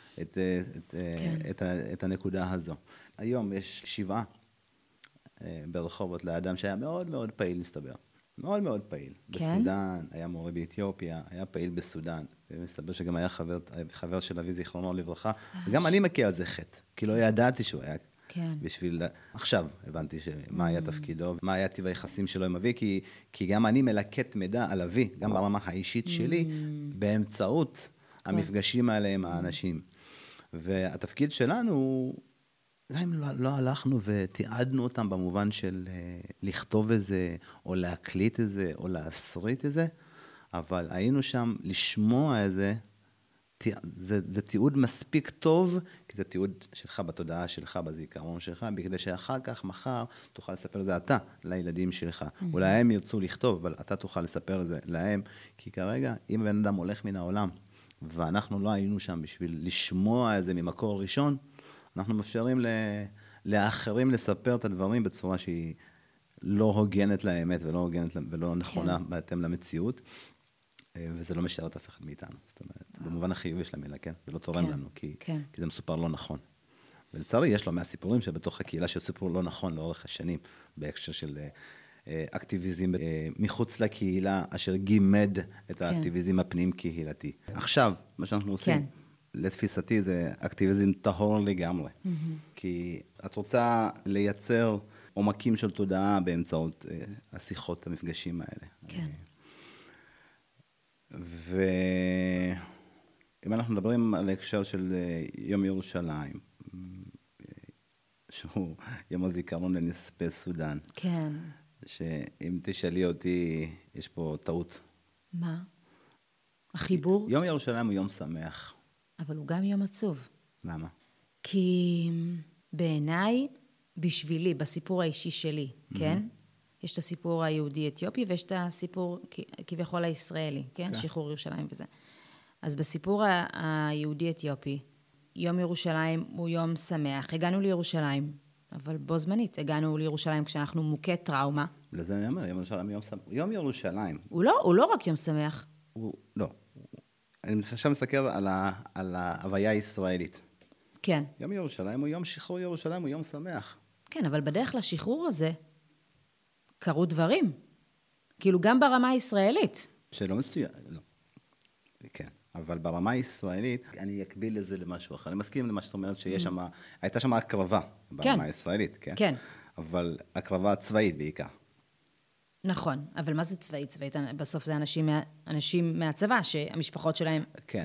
את הנקודה הזו. היום יש 7 ברחובות לאדם שהיה מאוד מאוד פעיל, מסתבר. מאוד מאוד פעיל. כן? בסודן, היה מורה באתיופיה, היה פעיל בסודן. ומסתבר שגם היה חבר של אבי זיכרונו לברכה. וגם אני מכיר על זה חטא, כי לא ידעתי שהוא היה כן. בשביל... עכשיו הבנתי מה היה תפקידו, מה היה טבע היחסים שלו עם אבי, כי גם אני מלקט מידע על אבי, גם ברמה האישית שלי, באמצעות המפגשים האלה עם האנשים. והתפקיד שלנו, גם אם לא הלכנו ותיעדנו אותם במובן של לכתוב את זה, או להקליט את זה, או להסריט את זה, אבל היינו שם לשמוע את זה, זה תיעוד מספיק טוב, כי זה תיעוד שלך בתודעה שלך, בזיכרון שלך, בכדי שאחר כך, מחר, תוכל לספר את זה אתה, לילדים שלך. אולי הם ירצו לכתוב, אבל אתה תוכל לספר את זה להם, כי כרגע, אם בן אדם הולך מן העולם, ואנחנו לא היינו שם בשביל לשמוע את זה ממקור ראשון, אנחנו מאפשרים לאחרים לספר את הדברים בצורה שהיא לא הוגנת לאמת, ולא הוגנת ולא נכונה בהתאם למציאות. וזה לא משאר את אף אחד מאיתנו. זאת אומרת, במובן החיובי של המילה, כן? זה לא תורם לנו, כי זה מסופר לא נכון. ולצערי, יש לו מהסיפורים שבתוך הקהילה שסיפרו לא נכון לאורך השנים, בהקשר של אקטיביזם מחוץ לקהילה, אשר גימד את האקטיביזם הפנים-קהילתי. עכשיו, מה שאנחנו עושים, לתפיסתי, זה אקטיביזם טהור לגמרי. כי את רוצה לייצר עומקים של תודעה באמצעות השיחות, המפגשים האלה. כן. ואם אנחנו מדברים על ההקשר של יום ירושלים, שהוא יום הזיכרון לנספי סודן. כן. שאם תשאלי אותי, יש פה טעות. מה? החיבור? יום ירושלים הוא יום שמח. אבל הוא גם יום עצוב. למה? כי בעיניי, בשבילי, בסיפור האישי שלי, כן? יש את הסיפור היהודי-אתיופי, ויש את הסיפור כביכול הישראלי, כן? שחרור ירושלים וזה. אז בסיפור היהודי-אתיופי, יום ירושלים הוא יום שמח. הגענו לירושלים, אבל בו זמנית, הגענו לירושלים כשאנחנו מוכי טראומה. לזה אני אומר, יום ירושלים הוא יום שמח. יום ירושלים. הוא לא רק יום שמח. לא. אני עכשיו מסתכל על ההוויה הישראלית. כן. יום ירושלים הוא יום שחרור ירושלים, הוא יום שמח. כן, אבל בדרך לשחרור הזה, קרו דברים. כאילו גם ברמה הישראלית. שלא מצוין, לא. כן, אבל ברמה הישראלית, אני אקביל לזה למשהו אחר. אני מסכים למה שאת אומרת שיש שם, הייתה שם הקרבה ברמה הישראלית, כן? כן. אבל הקרבה צבאית בעיקר. נכון, אבל מה זה צבאית? צבאית, בסוף זה אנשים מהצבא, שהמשפחות שלהם... כן,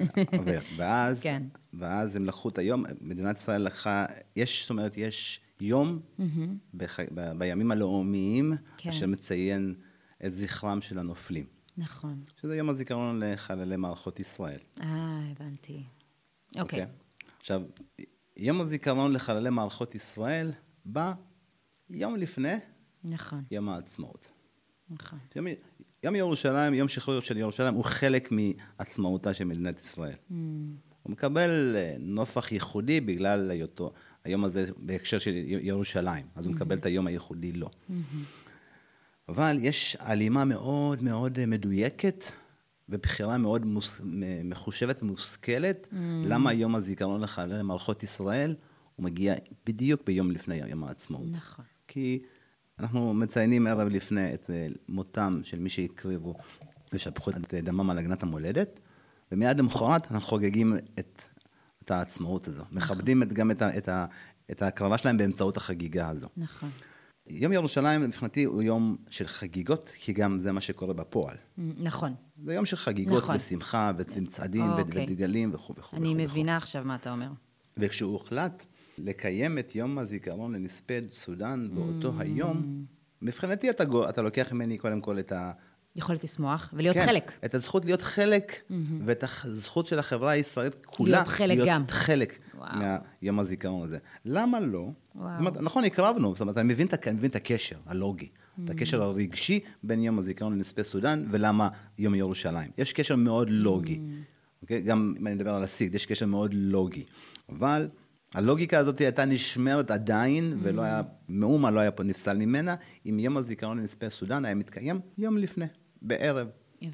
ואז הם לקחו את היום, מדינת ישראל לקחה, זאת אומרת, יש יום בימים הלאומיים, אשר מציין את זכרם של הנופלים. נכון. שזה יום הזיכרון לחללי מערכות ישראל. הבנתי. אוקיי. עכשיו, יום הזיכרון לחללי מערכות ישראל בא יום לפני יום העצמאות. נכון. יום ירושלים, יום שחרור של ירושלים, הוא חלק מעצמאותה של מדינת ישראל. הוא מקבל נופח ייחודי בגלל היותו, היום הזה בהקשר של ירושלים, אז הוא מקבל את היום הייחודי לו. אבל יש עלימה מאוד מאוד מדויקת, ובחירה מאוד מחושבת ומושכלת, למה יום הזיכרון לחללי מערכות ישראל, הוא מגיע בדיוק ביום לפני יום העצמאות. נכון. כי אנחנו מציינים ערב לפני את מותם של מי שהקריבו ושפכו את דמם על הגנת המולדת, ומיד למחרת אנחנו חוגגים את העצמאות הזו. מכבדים גם את ההקרבה שלהם באמצעות החגיגה הזו. נכון. יום ירושלים, מבחינתי, הוא יום של חגיגות, כי גם זה מה שקורה בפועל. נכון. זה יום של חגיגות ושמחה ומצעדים ודגלים וכו' וכו'. אני מבינה עכשיו מה אתה אומר. וכשהוא הוחלט לקיים את יום הזיכרון לנספי סודן באותו היום, מבחינתי אתה לוקח ממני קודם כל את יכולת לשמוח ולהיות כן, חלק. את הזכות להיות חלק, ואת הזכות של החברה הישראלית כולה, להיות חלק גם. להיות חלק מהיום הזיכרון הזה. למה לא? זאת אומרת, נכון, הקרבנו, זאת אומרת, אני מבין את הקשר הלוגי, את הקשר הרגשי בין יום הזיכרון לנספי סודן, ולמה יום ירושלים. יש קשר מאוד לוגי. אוקיי? גם אם אני מדבר על הסיגד, יש קשר מאוד לוגי. אבל הלוגיקה הזאת הייתה נשמרת עדיין, ולא היה, מאומה לא היה פה נפסל ממנה, אם יום הזיכרון לנספי סודן היה מתקיים יום לפני, בערב.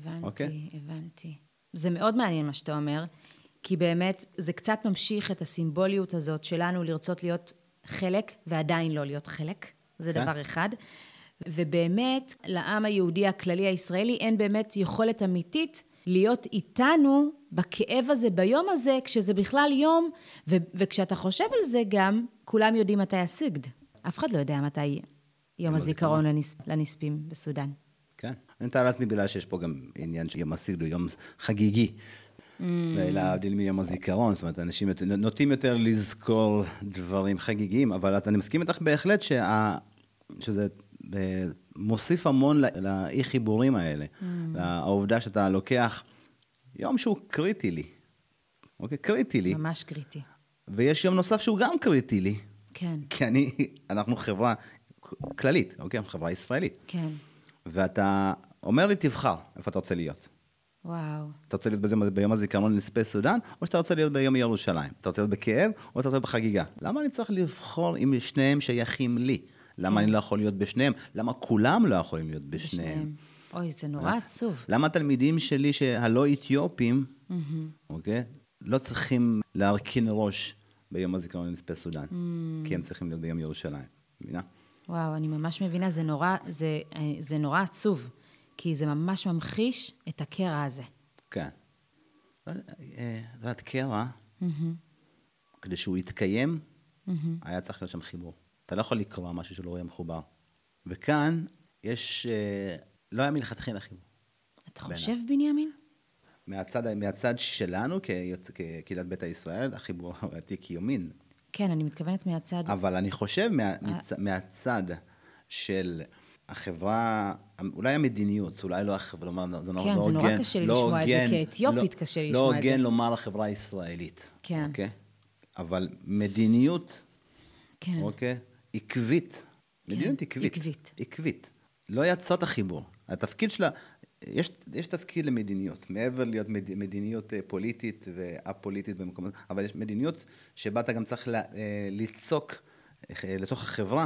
הבנתי. זה מאוד מעניין מה שאתה אומר, כי באמת זה קצת ממשיך את הסימבוליות הזאת שלנו לרצות להיות חלק, ועדיין לא להיות חלק. זה דבר אחד. ובאמת, לעם היהודי הכללי הישראלי, אין באמת יכולת אמיתית להיות איתנו בכאב הזה, ביום הזה, כשזה בכלל יום, וכשאתה חושב על זה גם, כולם יודעים מתי הסיגד. אף אחד לא יודע מתי יום הזיכרון לנספים בסודן. כן. אני מתאר לעצמי בגלל שיש פה גם עניין שיום הסיגד הוא יום חגיגי, להבדיל מיום הזיכרון, זאת אומרת, אנשים נוטים יותר לזכור דברים חגיגיים, אבל אני מסכים איתך בהחלט שזה מוסיף המון לאי חיבורים האלה, לעובדה שאתה לוקח יום שהוא קריטי לי, אוקיי? קריטי לי. ממש קריטי. ויש יום נוסף שהוא גם קריטי לי. כן. כי אנחנו חברה כללית, אוקיי? אנחנו חברה ישראלית. כן. ואתה אומר לי, תבחר איפה אתה רוצה להיות. וואו. אתה רוצה להיות ביום הזיכרון לנספי סודן, או שאתה רוצה להיות ביום ירושלים? אתה רוצה להיות בכאב, או אתה רוצה להיות בחגיגה? למה אני צריך לבחור אם שניהם שייכים לי? למה אני לא יכול להיות בשניהם? למה כולם לא יכולים להיות בשניהם? אוי, זה נורא עצוב. למה התלמידים שלי שהלא אתיופים, אוקיי? לא צריכים להרכין ראש ביום הזיכרון לנספי סודן, כי הם צריכים להיות ביום ירושלים. מבינה? וואו, אני ממש מבינה, זה נורא עצוב, כי זה ממש ממחיש את הקרע הזה. כן. זאת קרע, כדי שהוא יתקיים, היה צריך להיות שם חיבור. אתה לא יכול לקרוא משהו שלא יהיה מחובר. וכאן יש, לא היה מלכתחילה חיבור. אתה חושב, בנימין? מהצד שלנו, כקהילת ביתא ישראל, החיבור הוא עתיק יומין. כן, אני מתכוונת מהצד. אבל אני חושב מהצד של החברה, אולי המדיניות, אולי לא החברה, זה נורא כן, זה נורא קשה לי לשמוע את זה, כאתיופית קשה לי לשמוע את זה. לא הוגן לומר לחברה הישראלית. כן. אוקיי? אבל מדיניות, כן. אוקיי? עקבית. מדיניות עקבית. עקבית. לא יצא את החיבור. התפקיד שלה, יש תפקיד למדיניות, מעבר להיות מדיניות פוליטית ואפוליטית במקום הזה, אבל יש מדיניות שבה אתה גם צריך ליצוק לתוך החברה,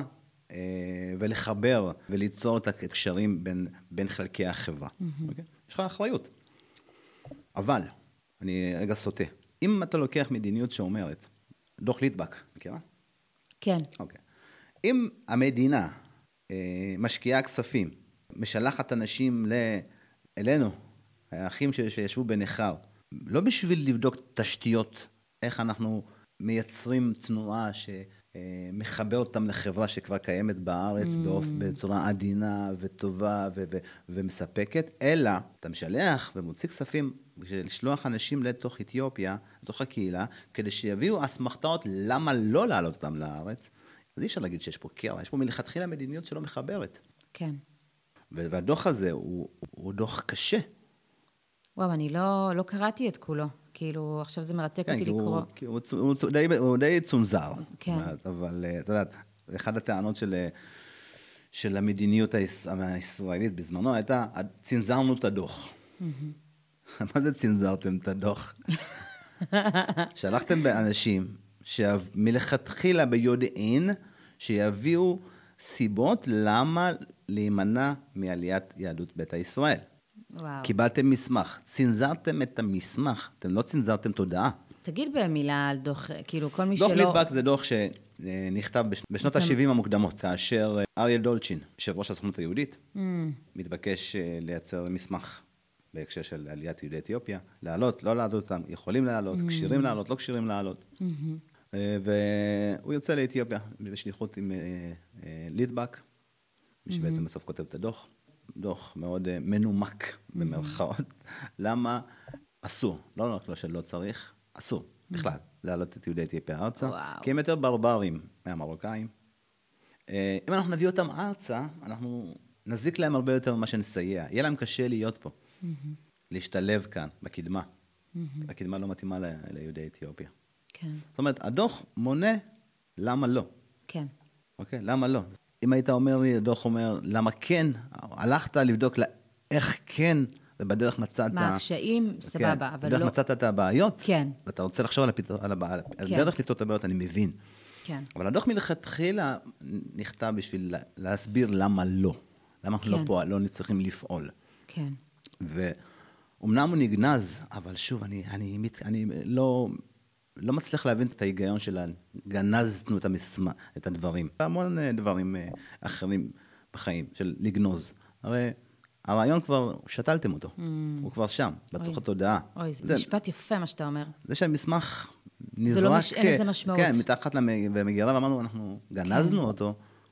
ולחבר וליצור את הקשרים בין חלקי החברה. אוקיי? יש לך אחריות. אבל, אני רגע סוטה. אם אתה לוקח מדיניות שאומרת, דוח ליטבק, מכירה? כן. אוקיי. אם המדינה משקיעה כספים, משלחת אנשים אלינו, האחים שישבו בנחר, לא בשביל לבדוק תשתיות, איך אנחנו מייצרים תנועה שמחבר אותם לחברה שכבר קיימת בארץ בצורה עדינה וטובה ומספקת, אלא אתה משלח ומוציא כספים בשביל לשלוח אנשים לתוך אתיופיה, לתוך הקהילה, כדי שיביאו אסמכתאות למה לא לעלות אותם לארץ. אז אי אפשר להגיד שיש פה קרע, יש פה מלכתחילה מדיניות שלא מחברת. כן. והדוח הזה הוא דוח קשה. וואו, אני לא קראתי את כולו. כאילו, עכשיו זה מרתק אותי לקרוא. כן, הוא די צונזר. כן. אבל, אתה יודעת, אחת הטענות של המדיניות הישראלית בזמנו הייתה, צנזרנו את הדוח. מה זה צנזרתם את הדוח? שלחתם באנשים שמלכתחילה ביודעין שיביאו סיבות למה להימנע מעליית יהדות ביתא ישראל. וואו. קיבלתם מסמך, צנזרתם את המסמך, אתם לא צנזרתם תודעה. תגיד במילה על דוח, כאילו כל מי שלא... דוח ליטבק זה דוח שנכתב בשנות ה-70 המוקדמות, כאשר אריה דולצ'ין, יושב ראש הסוכנות היהודית, מתבקש לייצר מסמך בהקשר של עליית יהודי אתיופיה, לעלות, לא לעלות אותם, יכולים לעלות, כשירים לעלות, לא כשירים לעלות. והוא יוצא לאתיופיה בשליחות עם ליטבק, שבעצם בסוף כותב את הדוח, דוח מאוד מנומק במרכאות. למה אסור, לא רק שלא צריך, אסור בכלל להעלות את יהודי אתיופיה ארצה, כי הם יותר ברברים מהמרוקאים. אם אנחנו נביא אותם ארצה, אנחנו נזיק להם הרבה יותר ממה שנסייע. יהיה להם קשה להיות פה, להשתלב כאן, בקדמה. הקדמה לא מתאימה ליהודי אתיופיה. כן. זאת אומרת, הדוח מונה למה לא. כן. אוקיי? למה לא? אם היית אומר לי, הדוח אומר, למה כן? הלכת לבדוק איך כן, ובדרך מצאת... מה הקשיים? סבבה, אבל לא... בדרך מצאת את הבעיות. כן. ואתה רוצה לחשוב על דרך לפתור את הבעיות, אני מבין. כן. אבל הדוח מלכתחילה נכתב בשביל להסביר למה לא. למה אנחנו לא פה, לא צריכים לפעול. כן. ואומנם הוא נגנז, אבל שוב, אני לא מצליח להבין את ההיגיון של גנזנו את הדברים. המון דברים אחרים בחיים, של לגנוז. הרי הרעיון כבר, שתלתם אותו. הוא כבר שם, בתוך התודעה. אוי, זה משפט יפה מה שאתה אומר. זה שהמסמך נזרק... אין לזה משמעות. כן, מתחת למגירה, ואמרנו, אנחנו גנזנו אותו.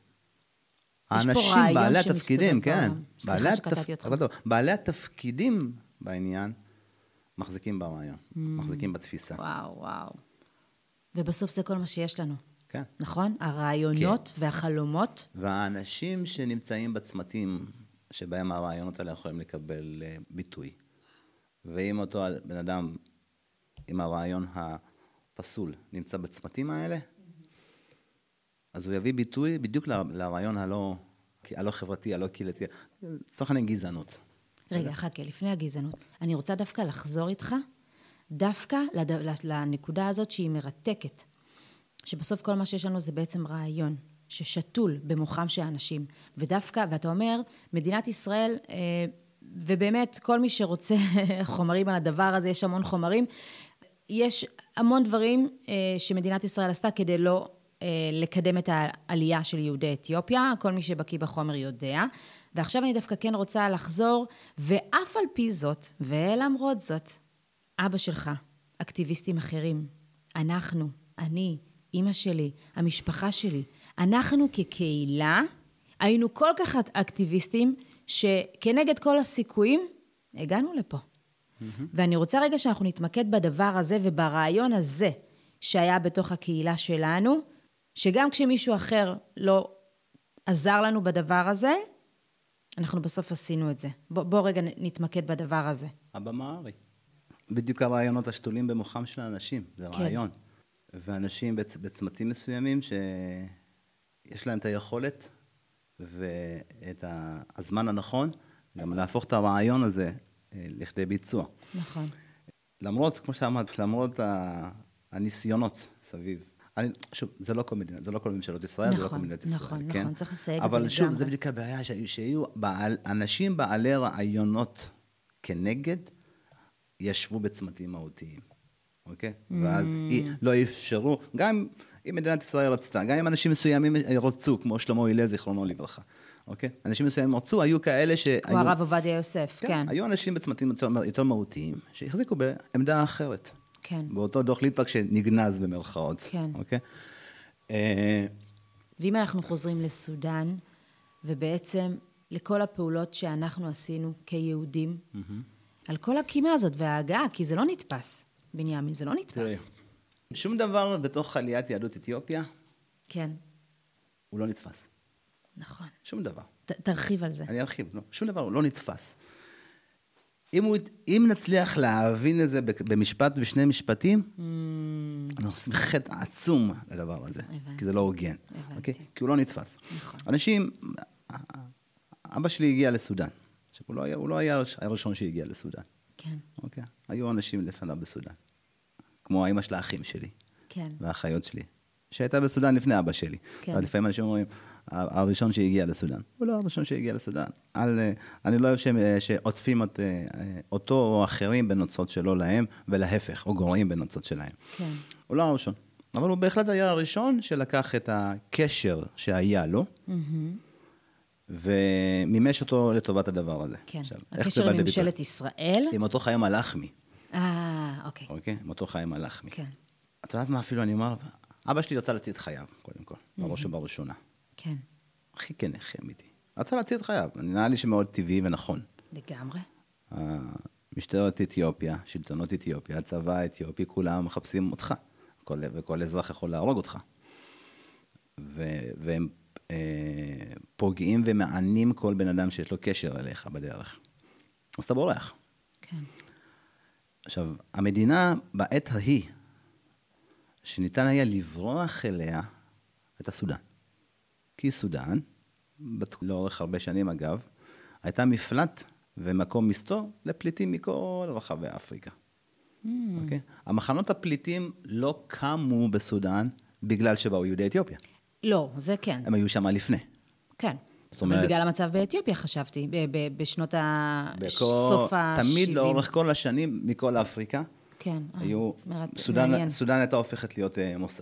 האנשים, בעלי התפקידים, כן. סליחה שקטעתי אותך. בעלי התפקידים בעניין, מחזיקים ברעיון, מחזיקים בתפיסה. וואו. ובסוף זה כל מה שיש לנו. כן. נכון? הרעיונות והחלומות. והאנשים שנמצאים בצמתים שבהם הרעיונות האלה יכולים לקבל ביטוי. ואם אותו בן אדם, עם הרעיון הפסול, נמצא בצמתים האלה, אז הוא יביא ביטוי בדיוק לרעיון הלא חברתי, הלא קהילתי. סוכן גזענות. רגע, חכה, לפני הגזענות. אני רוצה דווקא לחזור איתך, דווקא לנקודה הזאת שהיא מרתקת. שבסוף כל מה שיש לנו זה בעצם רעיון, ששתול במוחם של האנשים. ודווקא, ואתה אומר, מדינת ישראל, ובאמת כל מי שרוצה חומרים על הדבר הזה, יש המון חומרים, יש המון דברים שמדינת ישראל עשתה כדי לא לקדם את העלייה של יהודי אתיופיה, כל מי שבקיא בחומר יודע, ועכשיו אני דווקא כן רוצה לחזור, ואף על פי זאת, ולמרות זאת, אבא שלך, אקטיביסטים אחרים, אנחנו, אני, אמא שלי, המשפחה שלי, אנחנו כקהילה, היינו כל כך אקטיביסטים, שכנגד כל הסיכויים, הגענו לפה. ואני רוצה רגע שאנחנו נתמקד בדבר הזה, וברעיון הזה, שהיה בתוך הקהילה שלנו, שגם כשמישהו אחר לא עזר לנו בדבר הזה, אנחנו בסוף עשינו את זה. בוא רגע נתמקד בדבר הזה. הבמה הרי. בדיוק הרעיונות השתולים במוחם של האנשים, זה רעיון. ואנשים בצמתים מסוימים שיש להם את היכולת ואת הזמן הנכון, גם להפוך את הרעיון הזה לכדי ביצוע. נכון. למרות, כמו שאמרת, למרות הניסיונות סביב. שוב, זה לא כל מדינה, זה לא כל ממשלות ישראל, זה לא כל מדינת ישראל. נכון, צריך לסייג את זה לגמרי. אבל שוב, זה בדיוק הבעיה, שיהיו אנשים בעלי רעיונות כנגד, ישבו בצמתים מהותיים, אוקיי? ואז לא אפשרו, גם אם מדינת ישראל רצתה, גם אם אנשים מסוימים רצו, כמו שלמה הלל, זיכרונו לברכה, אוקיי? אנשים מסוימים רצו, היו כאלה שהיו... כמו הרב עובדיה יוסף, כן. היו אנשים בצמתים יותר מהותיים, שהחזיקו בעמדה אחרת. כן. באותו דוח ליטבק שנגנז במרכאות. כן. אוקיי? ואם אנחנו חוזרים לסודן, ובעצם לכל הפעולות שאנחנו עשינו כיהודים, על כל הקימה הזאת וההגעה, כי זה לא נתפס, בנימין, זה לא נתפס. שום דבר בתוך עליית יהדות אתיופיה, כן. הוא לא נתפס. נכון. שום דבר. תרחיב על זה. אני ארחיב, לא. שום דבר הוא לא נתפס. אם נצליח להבין את זה במשפט, בשני משפטים, אנחנו עושים חטא עצום לדבר הזה, כי זה לא הוגן. אוקיי? כי הוא לא נתפס. נכון. אנשים, אבא שלי הגיע לסודן. הוא לא היה הראשון שהגיע לסודן. כן. אוקיי? היו אנשים לפניו בסודן. כמו האמא של האחים שלי. כן. והאחיות שלי. שהייתה בסודן לפני אבא שלי. כן. לפעמים אנשים אומרים, הראשון שהגיע לסודן. הוא לא הראשון שהגיע לסודן. אני לא אוהב שעוטפים אותו או אחרים בנוצות שלו להם, ולהפך, או גורעים בנוצות שלהם. כן. הוא לא הראשון. אבל הוא בהחלט היה הראשון שלקח את הקשר שהיה לו, ומימש אותו לטובת הדבר הזה. כן. הקשר עם ממשלת ישראל. עם אותו חיים הלחמי. אוקיי. אוקיי? עם אותו חיים הלחמי. כן. את יודעת מה אפילו אני אומר? אבא שלי רצה להציל את חייו, קודם כל, בראש ובראשונה. כן. הכי כן, הכי אמיתי. רצה להציל את חייו, נראה לי שמאוד טבעי ונכון. לגמרי. משטרת אתיופיה, שלטונות אתיופיה, הצבא האתיופי, כולם מחפשים אותך, וכל אזרח יכול להרוג אותך. והם פוגעים ומענים כל בן אדם שיש לו קשר אליך בדרך. אז אתה בורח. כן. עכשיו, המדינה בעת ההיא, שניתן היה לברוח אליה, הייתה סודן. כי סודן, לאורך הרבה שנים אגב, הייתה מפלט ומקום מסתור לפליטים מכל רחבי אפריקה. אוקיי? המחנות הפליטים לא קמו בסודן בגלל שבאו יהודי אתיופיה. לא, זה כן. הם היו שם לפני. כן. זאת אומרת, אבל בגלל המצב באתיופיה חשבתי, בשנות סוף ה-70. תמיד לאורך כל השנים, מכל אפריקה, כן. היו, סודן הייתה הופכת להיות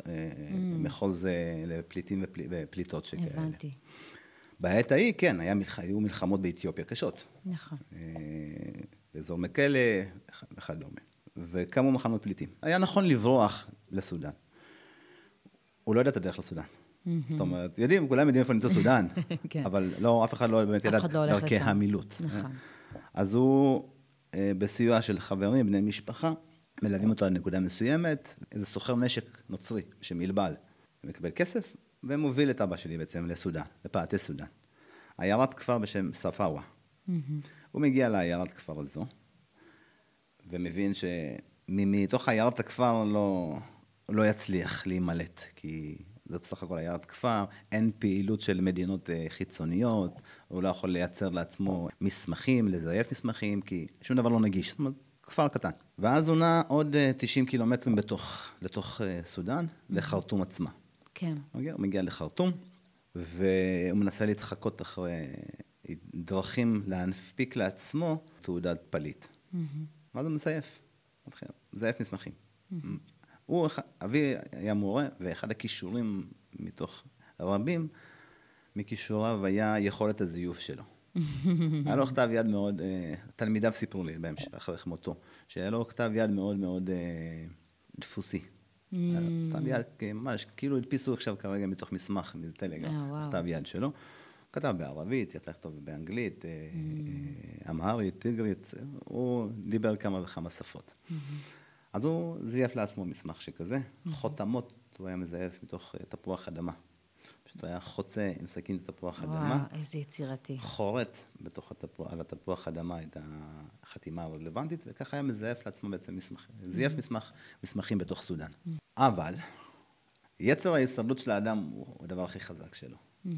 מחוז לפליטים ופליטות שכאלה. הבנתי. בעת ההיא, כן, היו מלחמות באתיופיה קשות. נכון. באזור מקלה וכדומה. וקמו מחנות פליטים. היה נכון לברוח לסודן. הוא לא ידע את הדרך לסודן. זאת אומרת, כולם יודעים איפה נמצא סודן, אבל לא, אף אחד לא באמת ידע דרכי המילוט. נכון. אז הוא, בסיוע של חברים, בני משפחה, מלווים אותו לנקודה מסוימת, איזה סוחר נשק נוצרי שמלבל, מקבל כסף, ומוביל את אבא שלי בעצם לסודן, לפאתי סודן. עיירת כפר בשם ספאווה. הוא מגיע לעיירת כפר הזו, ומבין שמתוך עיירת הכפר לא יצליח להימלט, כי זה בסך הכל עיירת כפר, אין פעילות של מדינות חיצוניות, הוא לא יכול לייצר לעצמו מסמכים, לזייף מסמכים, כי שום דבר לא נגיש, זאת אומרת, כפר קטן. ואז הוא נע עוד 90 קילומטרים לתוך סודן, לחרטום עצמה. כן. הוא מגיע לחרטום, והוא מנסה להתחקות אחרי דרכים להנפיק לעצמו תעודת פליט. ואז הוא מזייף מסמכים. אבי היה מורה, ואחד הכישורים מתוך רבים, מכישוריו היה יכולת הזיוף שלו. היה לו כתב יד מאוד, תלמידיו סיפרו לי בהמשך, אחרי מותו, שהיה לו כתב יד מאוד מאוד דפוסי. כתב יד ממש, כאילו הדפיסו עכשיו כרגע מתוך מסמך, מטלגרם, כתב יד שלו. כתב בערבית, יצא לכתוב באנגלית, אמהרית, טיגרית, הוא דיבר כמה וכמה שפות. אז הוא זייף לעצמו מסמך שכזה, חותמות, הוא היה מזייף מתוך תפוח אדמה. פשוט היה חוצה עם סכין תפוח אדמה. וואו, איזה יצירתי. חורט על התפוח אדמה את החתימה הרלוונטית, וככה היה מזייף לעצמו בעצם מסמכים. זייף מסמכים בתוך סודן. אבל, יצר ההישרדות של האדם הוא הדבר הכי חזק שלו.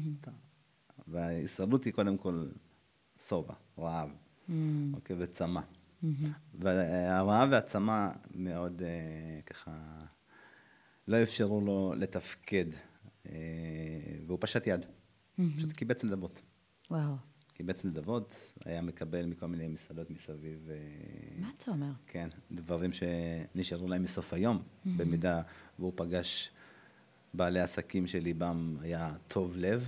וההישרדות היא קודם כל סובה, רעב, וצמא. והרעב והצמא מאוד ככה, לא אפשרו לו לתפקד, והוא פשט יד, פשוט קיבץ נדבות. וואו. קיבץ נדבות, היה מקבל מכל מיני מסעדות מסביב. מה אתה אומר? כן, דברים שנשארו להם מסוף היום, במידה והוא פגש בעלי עסקים שליבם היה טוב לב.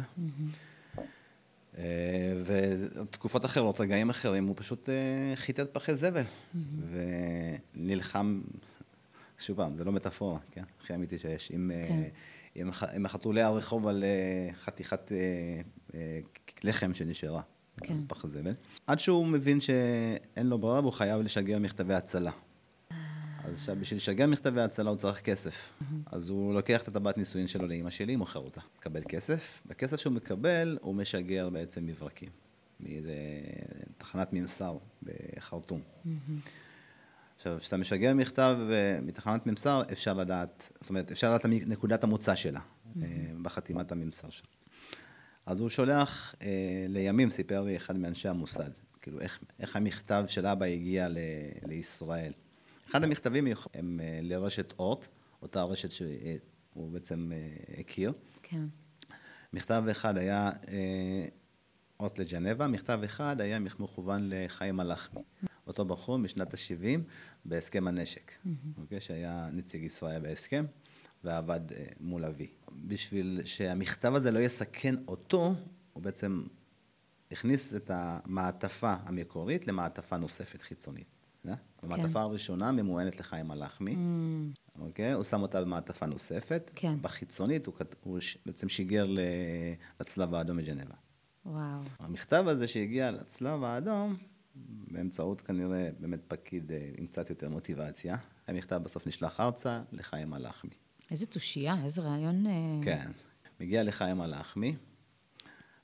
ותקופות אחרות, רגעים אחרים, הוא פשוט חיטט פחי זבל, ונלחם, שוב פעם, זה לא מטאפורה, כן? הכי אמיתי שיש, עם החתולי הרחוב על חתיכת לחם שנשארה, פח הזבל, עד שהוא מבין שאין לו ברירה, והוא חייב לשגר מכתבי הצלה. אז בשביל לשגר מכתבי הצלה הוא צריך כסף. אז הוא לוקח את הטבעת נישואין שלו לאמא שלי, מוכר אותה. מקבל כסף. בכסף שהוא מקבל, הוא משגר בעצם מברקים. מאיזה תחנת ממסר בחרטום. עכשיו, כשאתה משגר מכתב מתחנת ממסר, אפשר לדעת, זאת אומרת, אפשר לדעת נקודת המוצא שלה, בחתימת הממסר שלה. אז הוא שולח לימים, סיפר לי אחד מאנשי המוסד, כאילו איך המכתב של אבא הגיע לישראל. אחד המכתבים הם לרשת אורט, אותה רשת שהוא בעצם הכיר. כן. מכתב אחד היה אורט לג'נבה, מכתב אחד היה מכוון לחיים הלחמי. אותו בחור משנת ה-70 בהסכם הנשק, שהיה נציג ישראל בהסכם, ועבד מול אבי. בשביל שהמכתב הזה לא יסכן אותו, הוא בעצם הכניס את המעטפה המקורית למעטפה נוספת חיצונית. המעטפה הראשונה ממוענת לחיים הלחמי, אוקיי? הוא שם אותה במעטפה נוספת. בחיצונית הוא בעצם שיגר לצלב האדום מג'נבה. וואו. המכתב הזה שהגיע לצלב האדום, באמצעות כנראה באמת פקיד עם קצת יותר מוטיבציה, המכתב בסוף נשלח ארצה לחיים הלחמי. איזה תושייה, איזה רעיון. כן. מגיע לחיים הלחמי,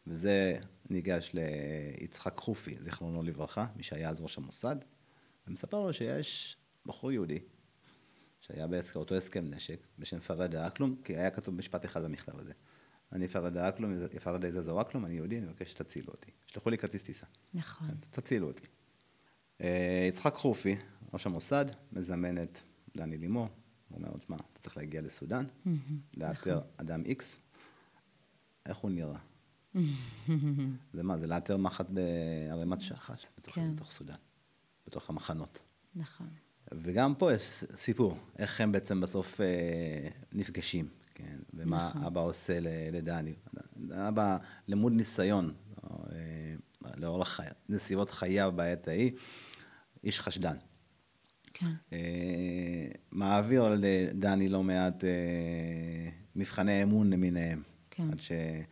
וזה ניגש ליצחק חופי, זיכרונו לברכה, מי שהיה אז ראש המוסד, ומספר לו שיש בחור יהודי, שהיה באותו הסכם נשק, בשם פרדה אקלום, כי היה כתוב משפט אחד במכתב הזה. אני פרדה אקלום, פרדה איזה אקלום, אני יהודי, אני מבקש שתצילו אותי. שלחו לי כרטיס טיסה. נכון. תצילו אותי. יצחק חופי, ראש המוסד, מזמן את דני לימור, הוא אומר, תשמע, אתה צריך להגיע לסודן, לאתר אדם איקס, איך הוא נראה? זה מה? זה לאתר מחט בערימת שחת, בתוך סודן, בתוך המחנות. נכון. וגם פה יש סיפור, איך הם בעצם בסוף נפגשים, כן? ומה אבא עושה לדני. אבא למוד ניסיון, לאורך נסיבות חייו בעת ההיא, איש חשדן. כן. מעביר לדני לא מעט מבחני אמון למיניהם. כן. עד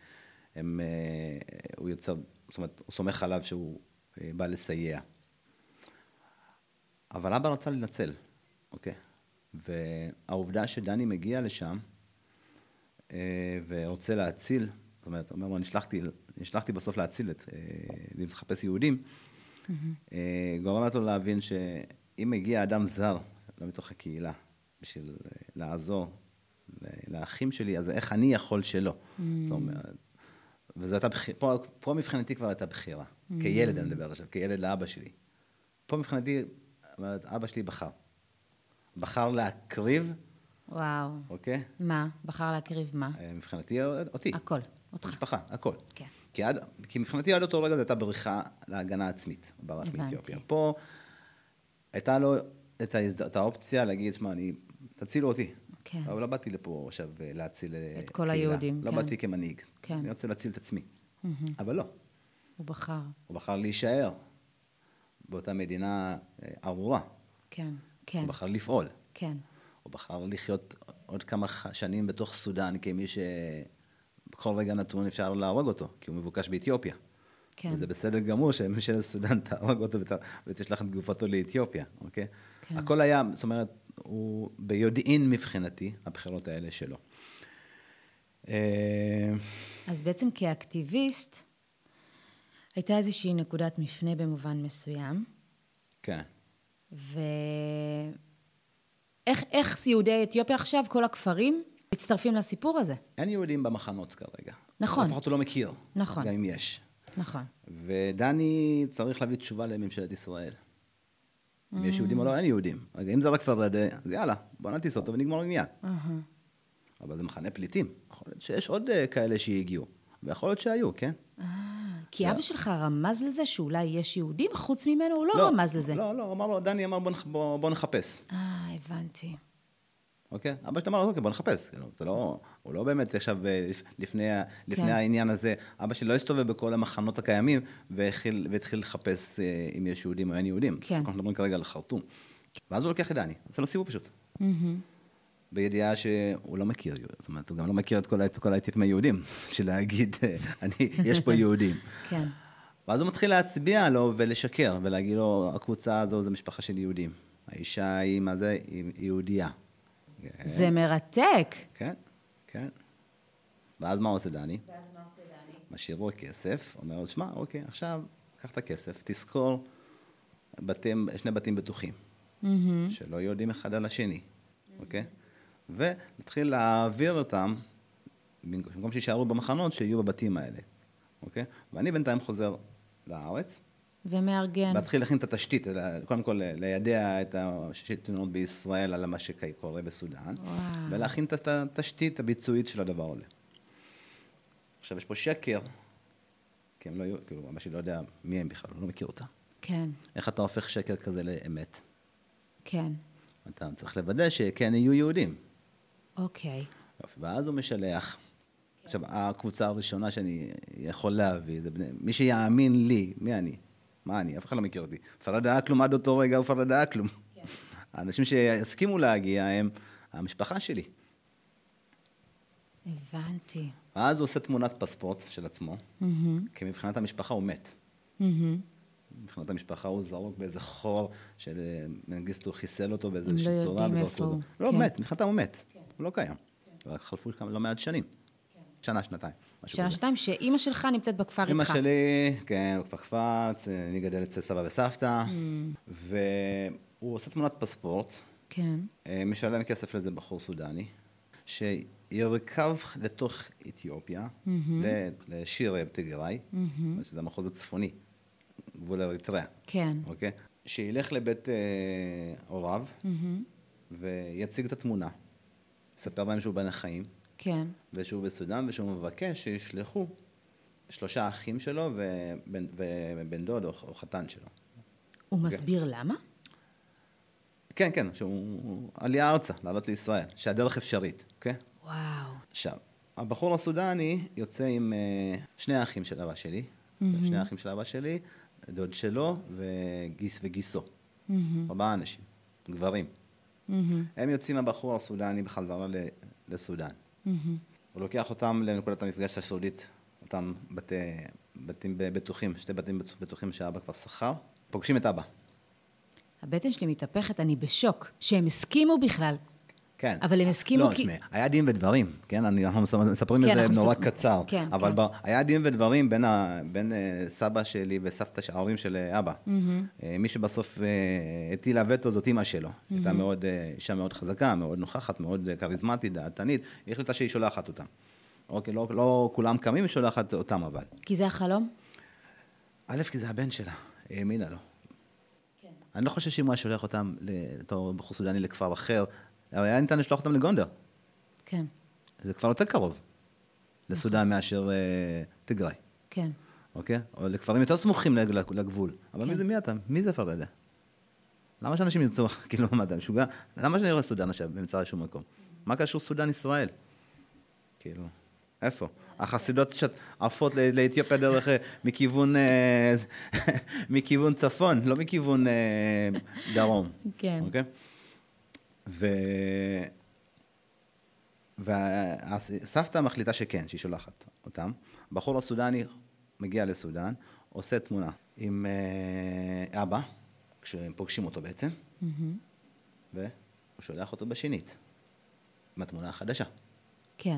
שהוא יוצא, זאת אומרת, הוא סומך עליו שהוא בא לסייע. אבל אבא רצה לנצל, אוקיי? והעובדה שדני מגיע לשם, ורוצה להציל, זאת אומרת, הוא אומר לו, נשלחתי בסוף להציל, לחפש יהודים, גורמת לו להבין שאם מגיע אדם זר, לא מתוך הקהילה, בשביל לעזור לאחים שלי, אז איך אני יכול שלא? זאת אומרת, וזו הייתה בחירה, פה מבחינתי כבר הייתה בחירה, כילד אני מדבר עכשיו, כילד לאבא שלי. פה מבחינתי, אבא שלי בחר להקריב. וואו. אוקיי? מה? בחר להקריב מה? מבחינתי אותי. הכל, אותך. משפחה, הכל. כן. כי מבחינתי עד אותו רגע זו הייתה בריחה להגנה עצמית, ברח מאתיופיה. פה הייתה לו את האופציה להגיד, שמע, תצילו אותי. כן. אבל לא באתי לפה עכשיו להציל את כל היהודים, לא כן. באתי כמנהיג. כן. אני רוצה להציל את עצמי. אבל לא. הוא בחר. הוא בחר להישאר באותה מדינה ארורה. כן, כן. הוא בחר לפעול. כן. הוא בחר לחיות עוד כמה שנים בתוך סודן, כמי שבכל רגע נתון אפשר להרוג אותו, כי הוא מבוקש באתיופיה. כן. וזה בסדר גמור שממשלת סודן תהרוג אותו ותשלח את גופתו לאתיופיה, אוקיי? כן. הכל היה, זאת אומרת, הוא ביודעין מבחינתי, הבחירות האלה שלו. אז בעצם כאקטיביסט, הייתה איזושהי נקודת מפנה במובן מסוים. כן. איך יהודי אתיופיה עכשיו, כל הכפרים, מצטרפים לסיפור הזה? אין יהודים במחנות כרגע. נכון. לפחות הוא לא מכיר. נכון. גם אם יש. נכון. ודני צריך להביא תשובה לממשלת ישראל. אם יש יהודים או לא, אין יהודים. אם זה רק פרדה, אז יאללה, בוא נטיס אותו ונגמור עניין. אבל זה מחנה פליטים. יכול להיות שיש עוד כאלה שהגיעו. ויכול להיות שהיו, כן? כי אבא שלך רמז לזה שאולי יש יהודים, חוץ ממנו הוא לא רמז לזה. לא, דני אמר בוא נחפש. הבנתי. אוקיי? אבא שלי אמר, אוקיי, בוא נחפש. הוא לא באמת עכשיו, לפני העניין הזה, אבא שלי לא הסתובב בכל המחנות הקיימים, והתחיל לחפש אם יש יהודים או אין יהודים. כן. אנחנו מדברים כרגע על חרטום. ואז הוא לוקח את דני, עושה לו סיבוב פשוט. בידיעה שהוא לא מכיר, זאת אומרת, הוא גם לא מכיר את כל האתיופים היהודים, של להגיד, יש פה יהודים. כן. ואז הוא מתחיל להצביע לו ולשקר, ולהגיד לו, הקבוצה הזו זה משפחה של יהודים. האישה היא, מה זה? היא יהודייה. זה מרתק. כן, כן. ואז מה עושה דני? משאיר לו כסף, אומר לו, שמע, אוקיי, עכשיו, קח את הכסף, תזכור שני בתים בטוחים, שלא יודעים אחד על השני, אוקיי? ונתחיל להעביר אותם, במקום שישארו במחנות, שיהיו בבתים האלה, אוקיי? ואני בינתיים חוזר לארץ. ומארגן. להתחיל להכין את התשתית, קודם כל לידע את השלטונות בישראל על מה שקורה בסודן, ולהכין את התשתית הביצועית של הדבר הזה. עכשיו יש פה שקר, כי הם לא היו, כאילו, אבא שלי לא יודע מי הם בכלל, הוא לא מכיר אותה. כן. איך אתה הופך שקר כזה לאמת? כן. אתה צריך לוודא שכן יהיו יהודים. אוקיי. ואז הוא משלח. עכשיו, הקבוצה הראשונה שאני יכול להביא, זה מי שיאמין לי, מי אני? מה אני? אף אחד לא מכיר אותי. פרדה אקלום עד אותו רגע הוא פרדה אקלום. כן. האנשים שיסכימו להגיע הם המשפחה שלי. הבנתי. ואז הוא עושה תמונת פספורט של עצמו, כי מבחינת המשפחה הוא מת. מבחינת המשפחה הוא זרוק באיזה חור של מנגיסטו חיסל אותו באיזושהי צורה. לא יודעים איפה הוא. לא, מת, מבחינתם הוא מת. הוא לא קיים. חלפו לא מעט שנים. שנה, שנתיים. שנה, שנתיים, שאימא שלך נמצאת בכפר איתך. אימא שלי, כן, בכפר, אני גדל אצל סבא וסבתא, והוא עושה תמונת פספורט, כן. משלם כסף לזה בחור סודני, שירכב לתוך אתיופיה, לשירה בטיגריי, שזה המחוז הצפוני, גבול אריתריאה. כן. אוקיי? שילך לבית הוריו, ויציג את התמונה, יספר להם שהוא בן החיים, כן. ושהוא בסודן, ושהוא מבקש שישלחו 3 אחים שלו ובן דוד או חתן שלו. הוא מסביר למה? כן, כן, שהוא עלייה ארצה, לעלות לישראל, שהדרך אפשרית, אוקיי? וואו. עכשיו, הבחור הסודני יוצא עם 2 אחים של אבא שלי, 2 אחים של אבא שלי, דוד שלו וגיסו. 4 אנשים, גברים. הם יוצאים הבחור הסודני בחזרה לסודן. הוא לוקח אותם לנקודת המפגש הסודית, אותם בתים בטוחים, 2 בתים בטוחים שאבא כבר שכר, פוגשים את אבא. הבטן שלי מתהפכת, אני בשוק, שהם הסכימו בכלל. כן. אבל הם הסכימו לא, תשמע, היה דין ודברים, כן? אנחנו מספרים את זה נורא קצר. כן, אבל כן. היה דין ודברים בין סבא שלי וסבתא, ההורים של אבא. מי שבסוף הטילה וטו זאת אמא שלו. הייתה אישה מאוד חזקה, מאוד נוכחת, מאוד כריזמטית, דעתנית. היא החליטה שהיא שולחת אותם. אוקיי, לא כולם קמים, היא שולחת אותם אבל. כי זה החלום? א', כי זה הבן שלה, האמינה לו. כן. אני לא חושב שאם הוא היה שולח אותם לתור בחור סודני לכפר אחר, הרי היה ניתן לשלוח אותם לגונדר. כן. זה כבר יותר קרוב לסודן מאשר טיגריי. כן. אוקיי? או לכפרים יותר סמוכים לגבול. אבל כן. מי אתה? מי זה פרדה? למה שאנשים ירצו, כאילו, מה אתה משוגע? למה שאני אראה סודן עכשיו באמצע לשום מקום? מה קשור סודן ישראל? כאילו, איפה? החסידות שעפות לאתיופיה דרך מכיוון צפון, לא מכיוון דרום. כן. אוקיי? והסבתא מחליטה שכן, שהיא שולחת אותם. הבחור הסודני מגיע לסודן, עושה תמונה עם אבא, כשהם פוגשים אותו בעצם, והוא שולח אותו בשנית, עם התמונה החדשה. כן.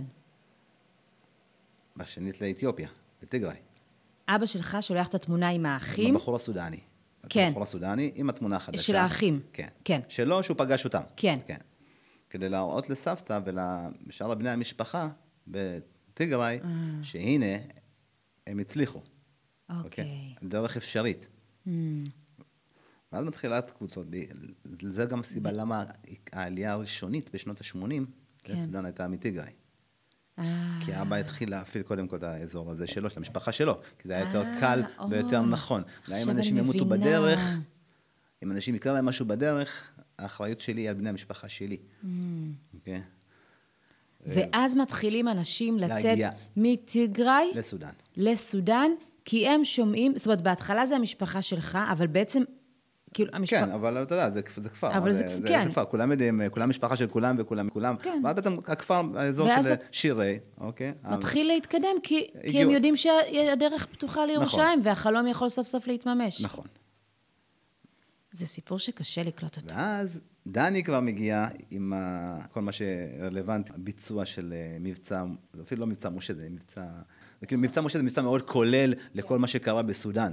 בשנית לאתיופיה, לטיגריי. אבא שלך שולח את התמונה עם האחים? עם הבחור הסודני. כן. הבחור הסודני עם התמונה החדשה. של האחים? כן. כן. שלו, שהוא פגש אותם. כן. כן. כדי להראות לסבתא ולשאר בני המשפחה בטיגריי, שהנה, הם הצליחו. אוקיי. דרך אפשרית. ואז מתחילת קבוצות, זה גם הסיבה למה העלייה הראשונית בשנות ה-80 לסודן הייתה מטיגריי. כי האבא התחיל להפעיל קודם כל את האזור הזה שלו, של המשפחה שלו, כי זה היה יותר קל ויותר נכון. גם אם אנשים ימותו בדרך, אם אנשים יקרה להם משהו בדרך, האחריות שלי היא על בני המשפחה שלי. אוקיי? ואז מתחילים אנשים לצאת מטיגריי לסודן, כי הם שומעים, זאת אומרת, בהתחלה זה המשפחה שלך, אבל בעצם, כאילו, כן, אבל אתה יודע, זה כפר. אבל זה כפר, כולם יודעים, כולם משפחה של כולם וכולם מכולם. ואז בעצם הכפר, האזור של שירי, אוקיי? מתחיל להתקדם, כי הם יודעים שהדרך פתוחה לירושלים, והחלום יכול סוף סוף להתממש. נכון. זה סיפור שקשה לקלוט אותו. ואז דני כבר מגיע עם כל מה שרלוונטי, ביצוע של מבצע, זה אפילו לא מבצע משה, זה מבצע, זה כאילו מבצע משה זה מבצע מאוד כולל לכל מה שקרה בסודן.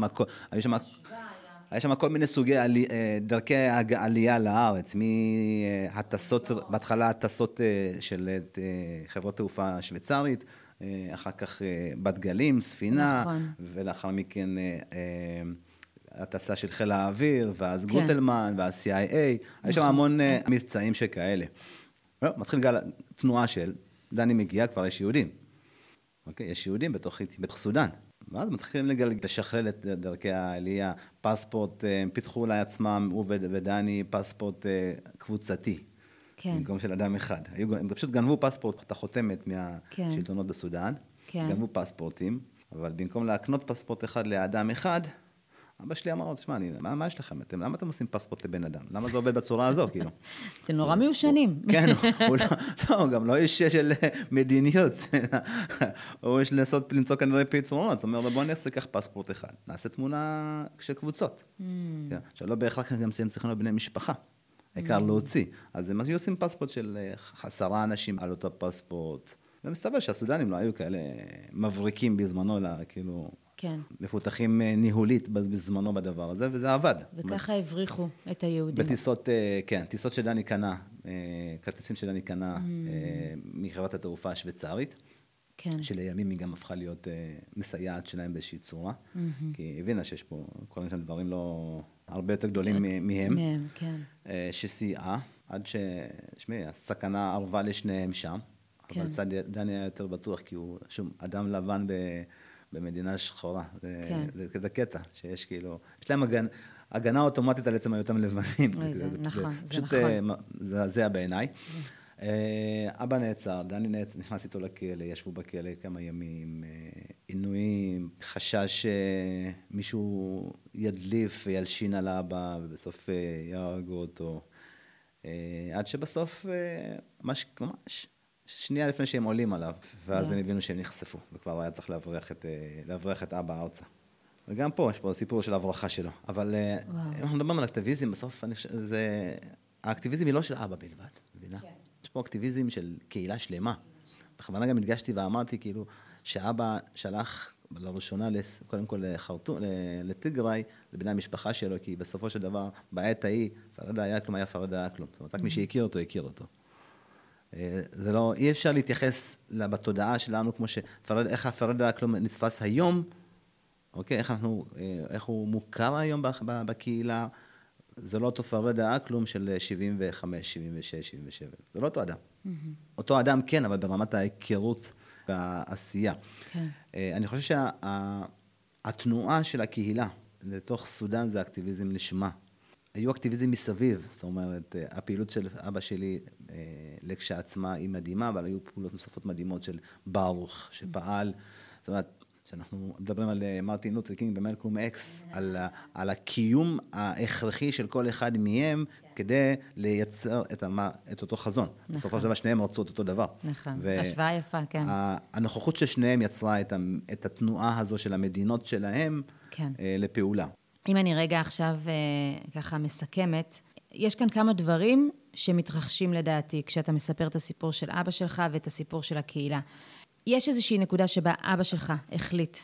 היה שם כל מיני סוגי דרכי העלייה לארץ, מהטסות, בהתחלה הטסות של חברות תעופה שוויצרית, אחר כך בת גלים, ספינה, ולאחר מכן הטסה של חיל האוויר, ואז גוטלמן, ואז CIA, יש שם המון מבצעים שכאלה. מתחיל גל תנועה של, דני מגיע, כבר יש יהודים. אוקיי, יש יהודים בתוך סודן. ואז מתחילים לשכלל את דרכי העלייה, פספורט, הם פיתחו לעצמם, הוא ודני, פספורט קבוצתי, במקום של אדם אחד. הם פשוט גנבו פספורט, את החותמת מהשלטונות בסודן, גנבו פספורטים, אבל במקום להקנות פספורט אחד לאדם אחד, אבא שלי אמר, תשמע, מה יש לכם? למה אתם עושים פספורט לבן אדם? למה זה עובד בצורה הזו, כאילו? אתם נורא מיושנים. כן, הוא גם לא איש של מדיניות. הוא יש למצוא כנראה פתרונות. הוא אומר, בוא נעשה כך פספורט אחד. נעשה תמונה של קבוצות. עכשיו, לא בהכרח גם צריכים להיות בני משפחה. העיקר להוציא. אז הם עושים פספורט של 10 אנשים על אותו פספורט. ומסתבר שהסודנים לא היו כאלה מבריקים בזמנו, כאילו, כן. מפותחים ניהולית בזמנו בדבר הזה, וזה עבד. וככה הבריחו את היהודים. בטיסות, כן, טיסות שדני קנה, כרטיסים שדני קנה מחברת התעופה השוויצרית, כן. שלימים היא גם הפכה להיות מסייעת שלהם באיזושהי צורה, כי היא הבינה שיש פה, קוראים שם דברים לא הרבה יותר גדולים מהם. מהם, כן. שסייעה, עד הסכנה ערבה לשניהם שם, אבל צד דני היה יותר בטוח, כי הוא שום אדם לבן במדינה שחורה. זה קטע, שיש כאילו, יש להם הגנה אוטומטית על עצם היותם לבנים. נכון, זה נכון. זה זעזע בעיניי. אבא נעצר, דני נכנס איתו לכלא, ישבו בכלא כמה ימים, עינויים, חשש שמישהו ידליף וילשין על אבא, ובסוף יהרגו אותו. עד שבסוף, ממש שנייה לפני שהם עולים עליו, ואז הם הבינו שהם נחשפו, וכבר היה צריך להבריח את אבא ארצה. וגם פה, יש פה סיפור של הברחה שלו. אבל אנחנו מדברים על אקטיביזם, בסוף האקטיביזם היא לא של אבא בלבד, מבינה? יש פה אקטיביזם של קהילה שלמה. בכוונה גם הדגשתי ואמרתי, כאילו, שאבא שלח לראשונה, קודם כל לטיגריי, לבני המשפחה שלו, כי בסופו של דבר, בעת ההיא, פרדה היה כלום, היה פרדה היה כלום. זאת אומרת, רק מי שהכיר אותו, הכיר אותו. זה לא, אי אפשר להתייחס בתודעה שלנו, כמו איך הפרדה היה כלום נתפס היום, אוקיי? איך הוא מוכר היום בקהילה, זה לא אותו פרדה כלום של 75, 76, 77. זה לא אותו אדם. אותו אדם כן, אבל ברמת ההיכרות והעשייה. כן. אני חושב שהתנועה של הקהילה לתוך סודן זה אקטיביזם לשמה. היו אקטיביזם מסביב, זאת אומרת, הפעילות של אבא שלי לכשעצמה היא מדהימה, אבל היו פעולות נוספות מדהימות של ברוך, שפעל, זאת אומרת, שאנחנו מדברים על מרטין לותר קינג במלקום אקס, על הקיום ההכרחי של כל אחד מהם, כדי לייצר את אותו חזון. בסופו של דבר שניהם רצו את אותו דבר. נכון, השוואה יפה, כן. הנוכחות של שניהם יצרה את התנועה הזו של המדינות שלהם לפעולה. אם אני רגע עכשיו ככה מסכמת, יש כאן כמה דברים שמתרחשים לדעתי, כשאתה מספר את הסיפור של אבא שלך ואת הסיפור של הקהילה. יש איזושהי נקודה שבה אבא שלך החליט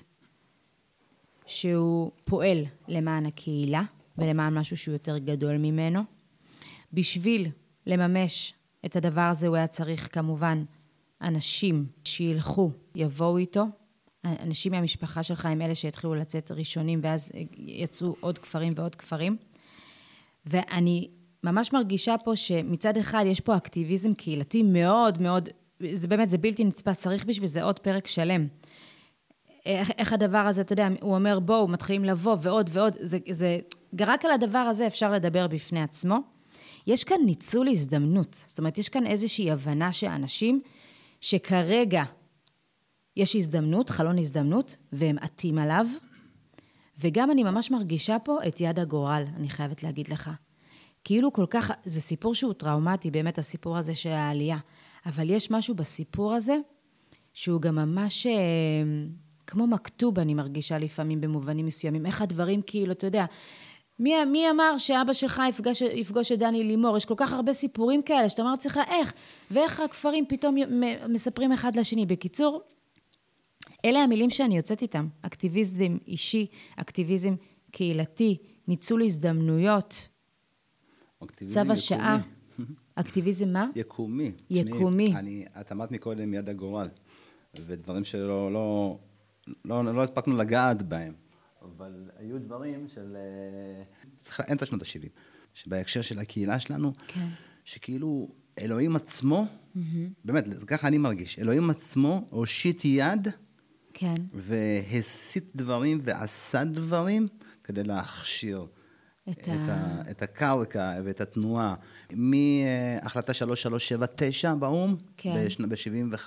שהוא פועל למען הקהילה, ולמען משהו שהוא יותר גדול ממנו. בשביל לממש את הדבר הזה הוא היה צריך כמובן אנשים שילכו, יבואו איתו, אנשים מהמשפחה שלך הם אלה שהתחילו לצאת ראשונים, ואז יצאו עוד כפרים ועוד כפרים. ואני ממש מרגישה פה שמצד אחד יש פה אקטיביזם קהילתי מאוד מאוד, זה באמת, זה בלתי נתפס, צריך בשביל זה עוד פרק שלם. איך הדבר הזה, אתה יודע, הוא אומר בואו, מתחילים לבוא ועוד ועוד, רק על הדבר הזה אפשר לדבר בפני עצמו. יש כאן ניצול הזדמנות, זאת אומרת, יש כאן איזושהי הבנה שהאנשים שכרגע יש הזדמנות, חלון הזדמנות, והם עטים עליו, וגם אני ממש מרגישה פה את יד הגורל, אני חייבת להגיד לך. כאילו כל כך, זה סיפור שהוא טראומטי, באמת הסיפור הזה של העלייה, אבל יש משהו בסיפור הזה, שהוא גם ממש כמו מכתוב, אני מרגישה לפעמים במובנים מסוימים, איך הדברים כאילו, אתה יודע, מי אמר שאבא שלך יפגוש את דני לימור? יש כל כך הרבה סיפורים כאלה, שאתה אומר לך איך, ואיך הכפרים פתאום מספרים אחד לשני. בקיצור, אלה המילים שאני יוצאת איתם, אקטיביזם אישי, אקטיביזם קהילתי, ניצול הזדמנויות, צו השעה, אקטיביזם מה? יקומי. יקומי. את אמרת מקודם יד הגורל, ודברים שלא לא הספקנו לגעת בהם, אבל היו דברים של אמצע שנות ה-70, שבהקשר של הקהילה שלנו, כן. שכאילו אלוהים עצמו, באמת, ככה אני מרגיש, אלוהים עצמו הושיט יד, כן. והסית דברים ועשה דברים כדי להכשיר את הקרקע ואת התנועה. מהחלטה 3379 באום, ב-75,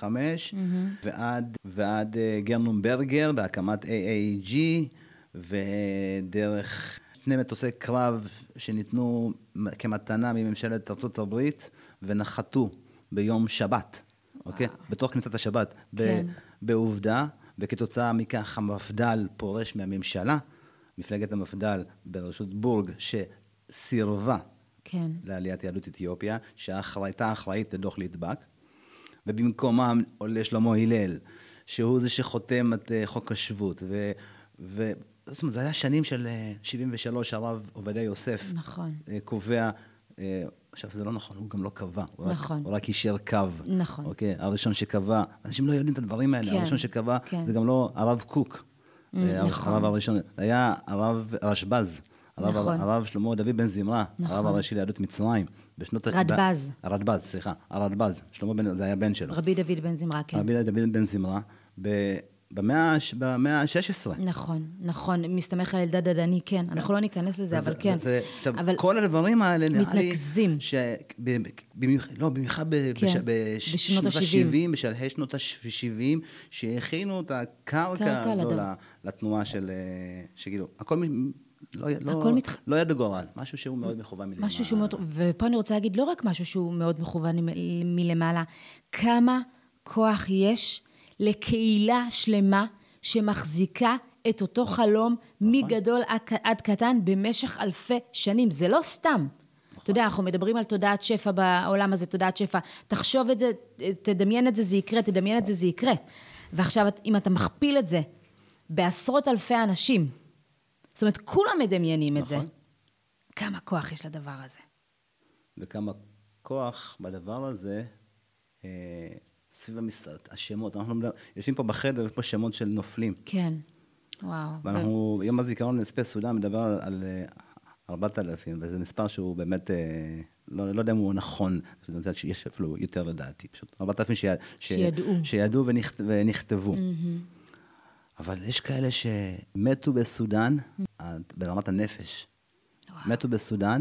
ועד גרנום ברגר בהקמת AAG, ודרך שני מטוסי קרב שניתנו כמתנה מממשלת ארצות הברית, ונחתו ביום שבת, אוקיי? בתוך כניסת השבת, בעובדה, וכתוצאה מכך המפד"ל פורש מהממשלה, מפלגת המפד"ל בראשות בורג, שסירבה לעליית יהדות אתיופיה, שהייתה אחראית לדוח ליטבק, ובמקומם עולה שלמה הלל, שהוא זה שחותם את חוק השבות, זאת אומרת, זה היה שנים של 73, הרב עובדיה יוסף. נכון. קובע, עכשיו זה לא נכון, הוא גם לא קבע. נכון. הוא רק אישר קו. נכון. אוקיי? הראשון שקבע, אנשים לא יודעים את הדברים האלה, כן. הראשון שקבע, כן. זה גם לא הרב קוק. נכון. הרב הראשון, היה הרב רשב"ז. נכון. הרב שלמה דוד בן זמרה, נכון. הרב הראשי ליהדות מצרים. רדב"ז. הרדב"ז, שלמה בן, זה היה בן שלו. רבי דוד בן זמרה, כן. רבי דוד בן זמרה, במאה ה-16. נכון, מסתמך על אלדד הדני, כן. אנחנו לא ניכנס לזה, אבל כן. עכשיו, כל הדברים האלה נראה לי... מתנקזים. במיוחד בשנות ה-70, בשלהי שנות ה-70, שהכינו את הקרקע הזו לתנועה של... שגילו, הכל לא יד הגורל, משהו שהוא מאוד מכוון מלמעלה. משהו שהוא מאוד... ופה אני רוצה להגיד, לא רק משהו שהוא מאוד מכוון מלמעלה, כמה כוח יש לקהילה שלמה שמחזיקה את אותו חלום מגדול עד קטן במשך אלפי שנים. זה לא סתם. אתה יודע, אנחנו מדברים על תודעת שפע בעולם הזה, תודעת שפע. תחשוב את זה, תדמיין את זה, זה יקרה, תדמיין את זה, זה יקרה. ועכשיו, אם אתה מכפיל את זה בעשרות אלפי אנשים, זאת אומרת, כולם מדמיינים את זה. כמה כוח יש לדבר הזה? וכמה כוח בדבר הזה, סביב השמות. אנחנו יושבים פה בחדר, יש פה שמות של נופלים. כן, וואו. ואנחנו, יום הזיכרון לנספי סודן מדבר על 4,000, וזה מספר שהוא באמת, לא יודע אם הוא נכון, יש אפילו יותר לדעתי, פשוט 4,000 שידעו ונכתבו. אבל יש כאלה שמתו בסודן, ברמת הנפש. מתו בסודן,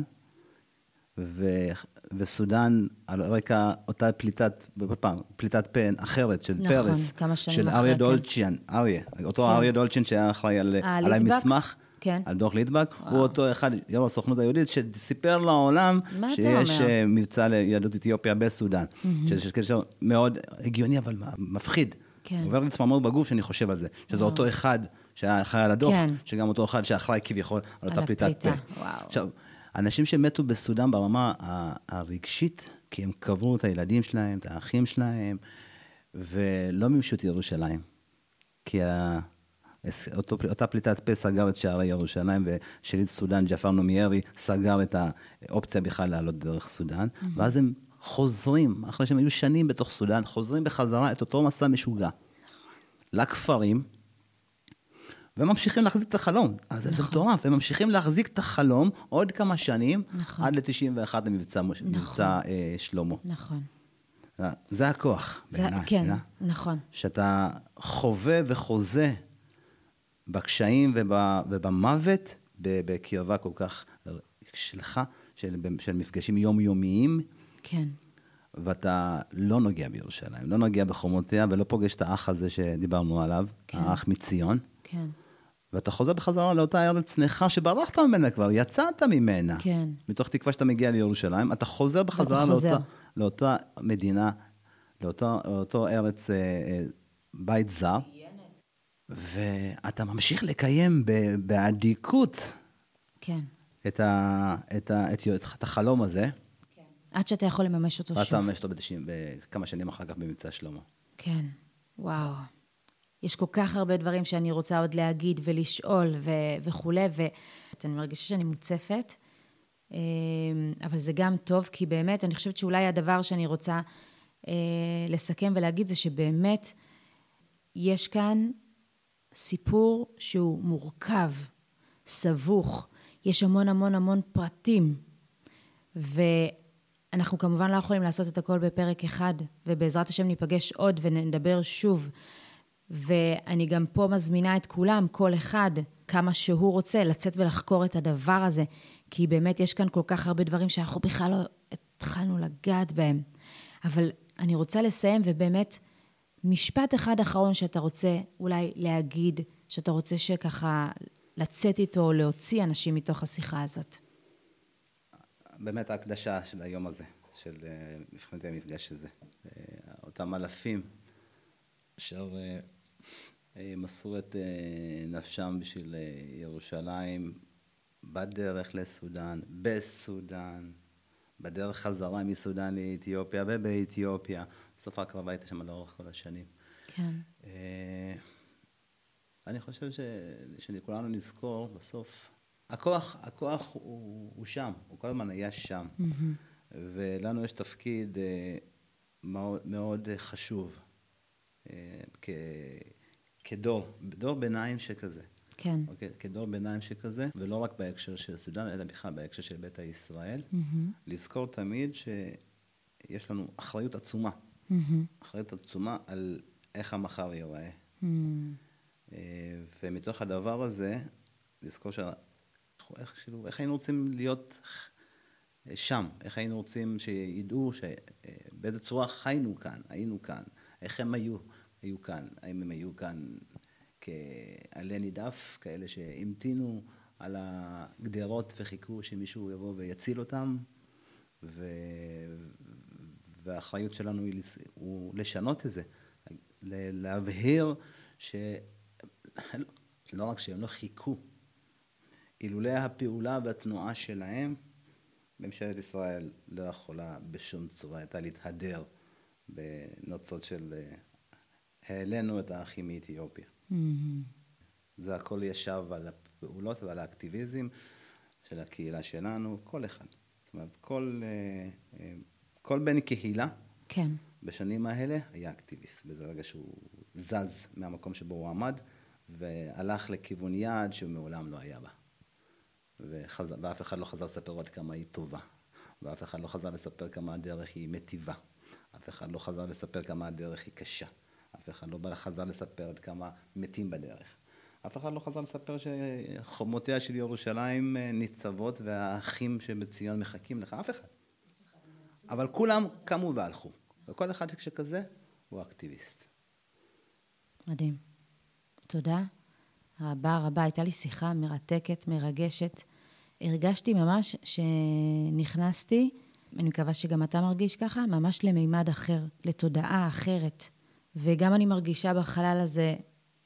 וסודן על רקע אותה פליטת פה אחרת של פרס, של אריה דולצ'יאן, אותו אריה דולצ'יאן שהיה אחראי על המסמך, על דוח ליטבק, הוא אותו אחד, יו"ר הסוכנות היהודית, שסיפר לעולם שיש מבצע ליהדות אתיופיה בסודן, שיש קשר מאוד הגיוני אבל מפחיד. עובר לי צמרמורת בגוף שאני חושב על זה, שזה אותו אחד שהיה אחראי על הדוח, שגם אותו אחד שאחראי כביכול על אותה פליטת פה. עכשיו, אנשים שמתו בסודן ברמה הרגשית, כי הם קברו את הילדים שלהם, את האחים שלהם, ולא מימשו את ירושלים. כי אותה פליטת פה סגר את שערי ירושלים, ושליט סודן, ג'פר נומיירי, סגר את האופציה בכלל לעלות דרך סודן, ואז הם חוזרים, אחרי שהם היו שנים בתוך סודן, חוזרים בחזרה את אותו מסע משוגע, לכפרים, וממשיכים להחזיק את החלום. אז זה מטורף, הם ממשיכים להחזיק את החלום עוד כמה שנים, עד ל-91 למבצע שלמה. נכון. זה הכוח בעיניי. כן, נכון. שאתה חווה וחוזה בקשיים ובמוות, בקרבה כל כך שלך, של מפגשים יומיומיים. כן. ואתה לא נוגע בירושלים, לא נוגע בחומותיה, ולא פוגש את האח הזה שדיברנו עליו, האח מציון. כן. ואתה חוזר בחזרה לאותה ארץ נכה שברחת ממנה כבר, יצאת ממנה. כן. מתוך תקווה שאתה מגיע לירושלים, אתה חוזר בחזרה לאותה מדינה, לאותו ארץ בית זר, ואתה ממשיך לקיים בעדיקות את החלום הזה. עד שאתה יכול לממש אותו שוב. ואתה ממש אותו כמה שנים אחר כך במבצע שלמה. כן, וואו. יש כל כך הרבה דברים שאני רוצה עוד להגיד ולשאול וכו', ואני מרגישה שאני מוצפת, אבל זה גם טוב, כי באמת אני חושבת שאולי הדבר שאני רוצה לסכם ולהגיד זה שבאמת יש כאן סיפור שהוא מורכב, סבוך, יש המון המון המון פרטים, אנחנו כמובן לא יכולים לעשות את הכל בפרק אחד, ובעזרת השם ניפגש עוד ונדבר שוב. ואני גם פה מזמינה את כולם, כל אחד, כמה שהוא רוצה, לצאת ולחקור את הדבר הזה, כי באמת יש כאן כל כך הרבה דברים שאנחנו בכלל לא התחלנו לגעת בהם. אבל אני רוצה לסיים, ובאמת, משפט אחד אחרון שאתה רוצה אולי להגיד, שאתה רוצה שככה לצאת איתו, להוציא אנשים מתוך השיחה הזאת. באמת ההקדשה של היום הזה, של מבחינתי המפגש הזה. אותם אלפים אשר מסרו את נפשם בשביל ירושלים, בדרך לסודן, בסודן, בדרך חזרה מסודן לאתיופיה ובאתיופיה. בסוף ההקרבה הייתה שם לאורך כל השנים. כן. אני חושב שכולנו נזכור בסוף, הכוח הוא שם, הוא כל הזמן היה שם. ולנו יש תפקיד מאוד, מאוד חשוב, דור ביניים שכזה. כן. אוקיי, כדור ביניים שכזה, ולא רק בהקשר של סודן, אלא בכלל בהקשר של ביתא ישראל. לזכור תמיד שיש לנו אחריות עצומה. אחריות עצומה על איך המחר ייראה. ומתוך הדבר הזה, לזכור איך היינו רוצים להיות שם, איך היינו רוצים שידעו באיזה צורה חיינו כאן, היינו כאן, איך הם היו כאן, האם הם היו כאן כעלי נידף, כאלה שהמתינו על הגדרות וחיכו שמישהו יבוא ויציל אותם, והאחריות שלנו הוא לשנות את זה, להבהיר לא רק שהם לא חיכו, אילולא הפעולה והתנועה שלהם, ממשלת ישראל לא יכולה בשום צורה הייתה להתהדר בנוצות של העלינו את האחים מאתיופיה. זה הכל ישב על הפעולות ועל האקטיביזם של הקהילה שלנו, כל אחד. זאת אומרת, כל בן קהילה, כן. בשנים האלה היה אקטיביסט. בזה רגע שהוא זז מהמקום שבו הוא עמד, והלך לכיוון יעד שהוא מעולם לא היה בה. ואף אחד לא חזר לספר עוד כמה היא טובה. ואף אחד לא חזר לספר כמה הדרך היא מטיבה. אף אחד לא חזר לספר כמה הדרך היא קשה. אף אחד לא חזר לספר עד כמה מתים בדרך. אף אחד לא חזר לספר שחומותיה של ירושלים ניצבות והאחים שבציון מחכים לך. אף אחד. אבל כולם קמו והלכו. וכל אחד שכזה הוא אקטיביסט. מדהים. תודה רבה. הייתה לי שיחה מרתקת, מרגשת. הרגשתי ממש שנכנסתי, אני מקווה שגם אתה מרגיש ככה, ממש למימד אחר, לתודעה אחרת. וגם אני מרגישה בחלל הזה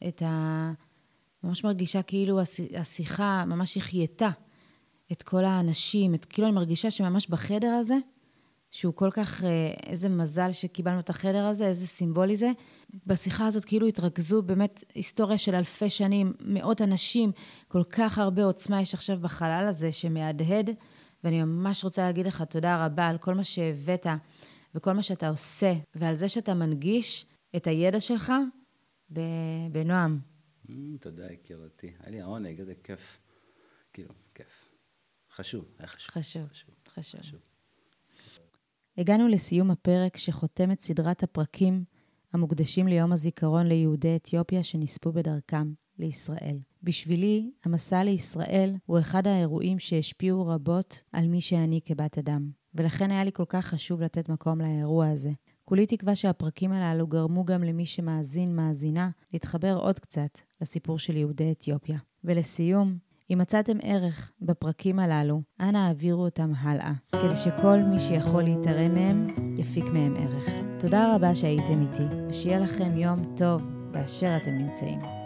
ממש מרגישה כאילו השיחה ממש החייתה את כל האנשים, כאילו אני מרגישה שממש בחדר הזה, שהוא כל כך, איזה מזל שקיבלנו את החדר הזה, איזה סימבולי זה. בשיחה הזאת כאילו התרכזו באמת היסטוריה של אלפי שנים, מאות אנשים, כל כך הרבה עוצמה יש עכשיו בחלל הזה שמהדהד, ואני ממש רוצה להגיד לך תודה רבה על כל מה שהבאת וכל מה שאתה עושה, ועל זה שאתה מנגיש את הידע שלך בנועם. תודה, יקירתי. היה לי העונג, איזה כיף. כאילו, כיף. חשוב, היה חשוב. הגענו לסיום הפרק שחותם את סדרת הפרקים המוקדשים ליום הזיכרון ליהודי אתיופיה שנספו בדרכם לישראל. בשבילי, המסע לישראל הוא אחד האירועים שהשפיעו רבות על מי שאני כבת אדם. ולכן היה לי כל כך חשוב לתת מקום לאירוע הזה. כולי תקווה שהפרקים הללו גרמו גם למי מאזינה, להתחבר עוד קצת לסיפור של יהודי אתיופיה. ולסיום, אם מצאתם ערך בפרקים הללו, אנא העבירו אותם הלאה, כדי שכל מי שיכול להתערם מהם, יפיק מהם ערך. תודה רבה שהייתם איתי, ושיהיה לכם יום טוב באשר אתם נמצאים.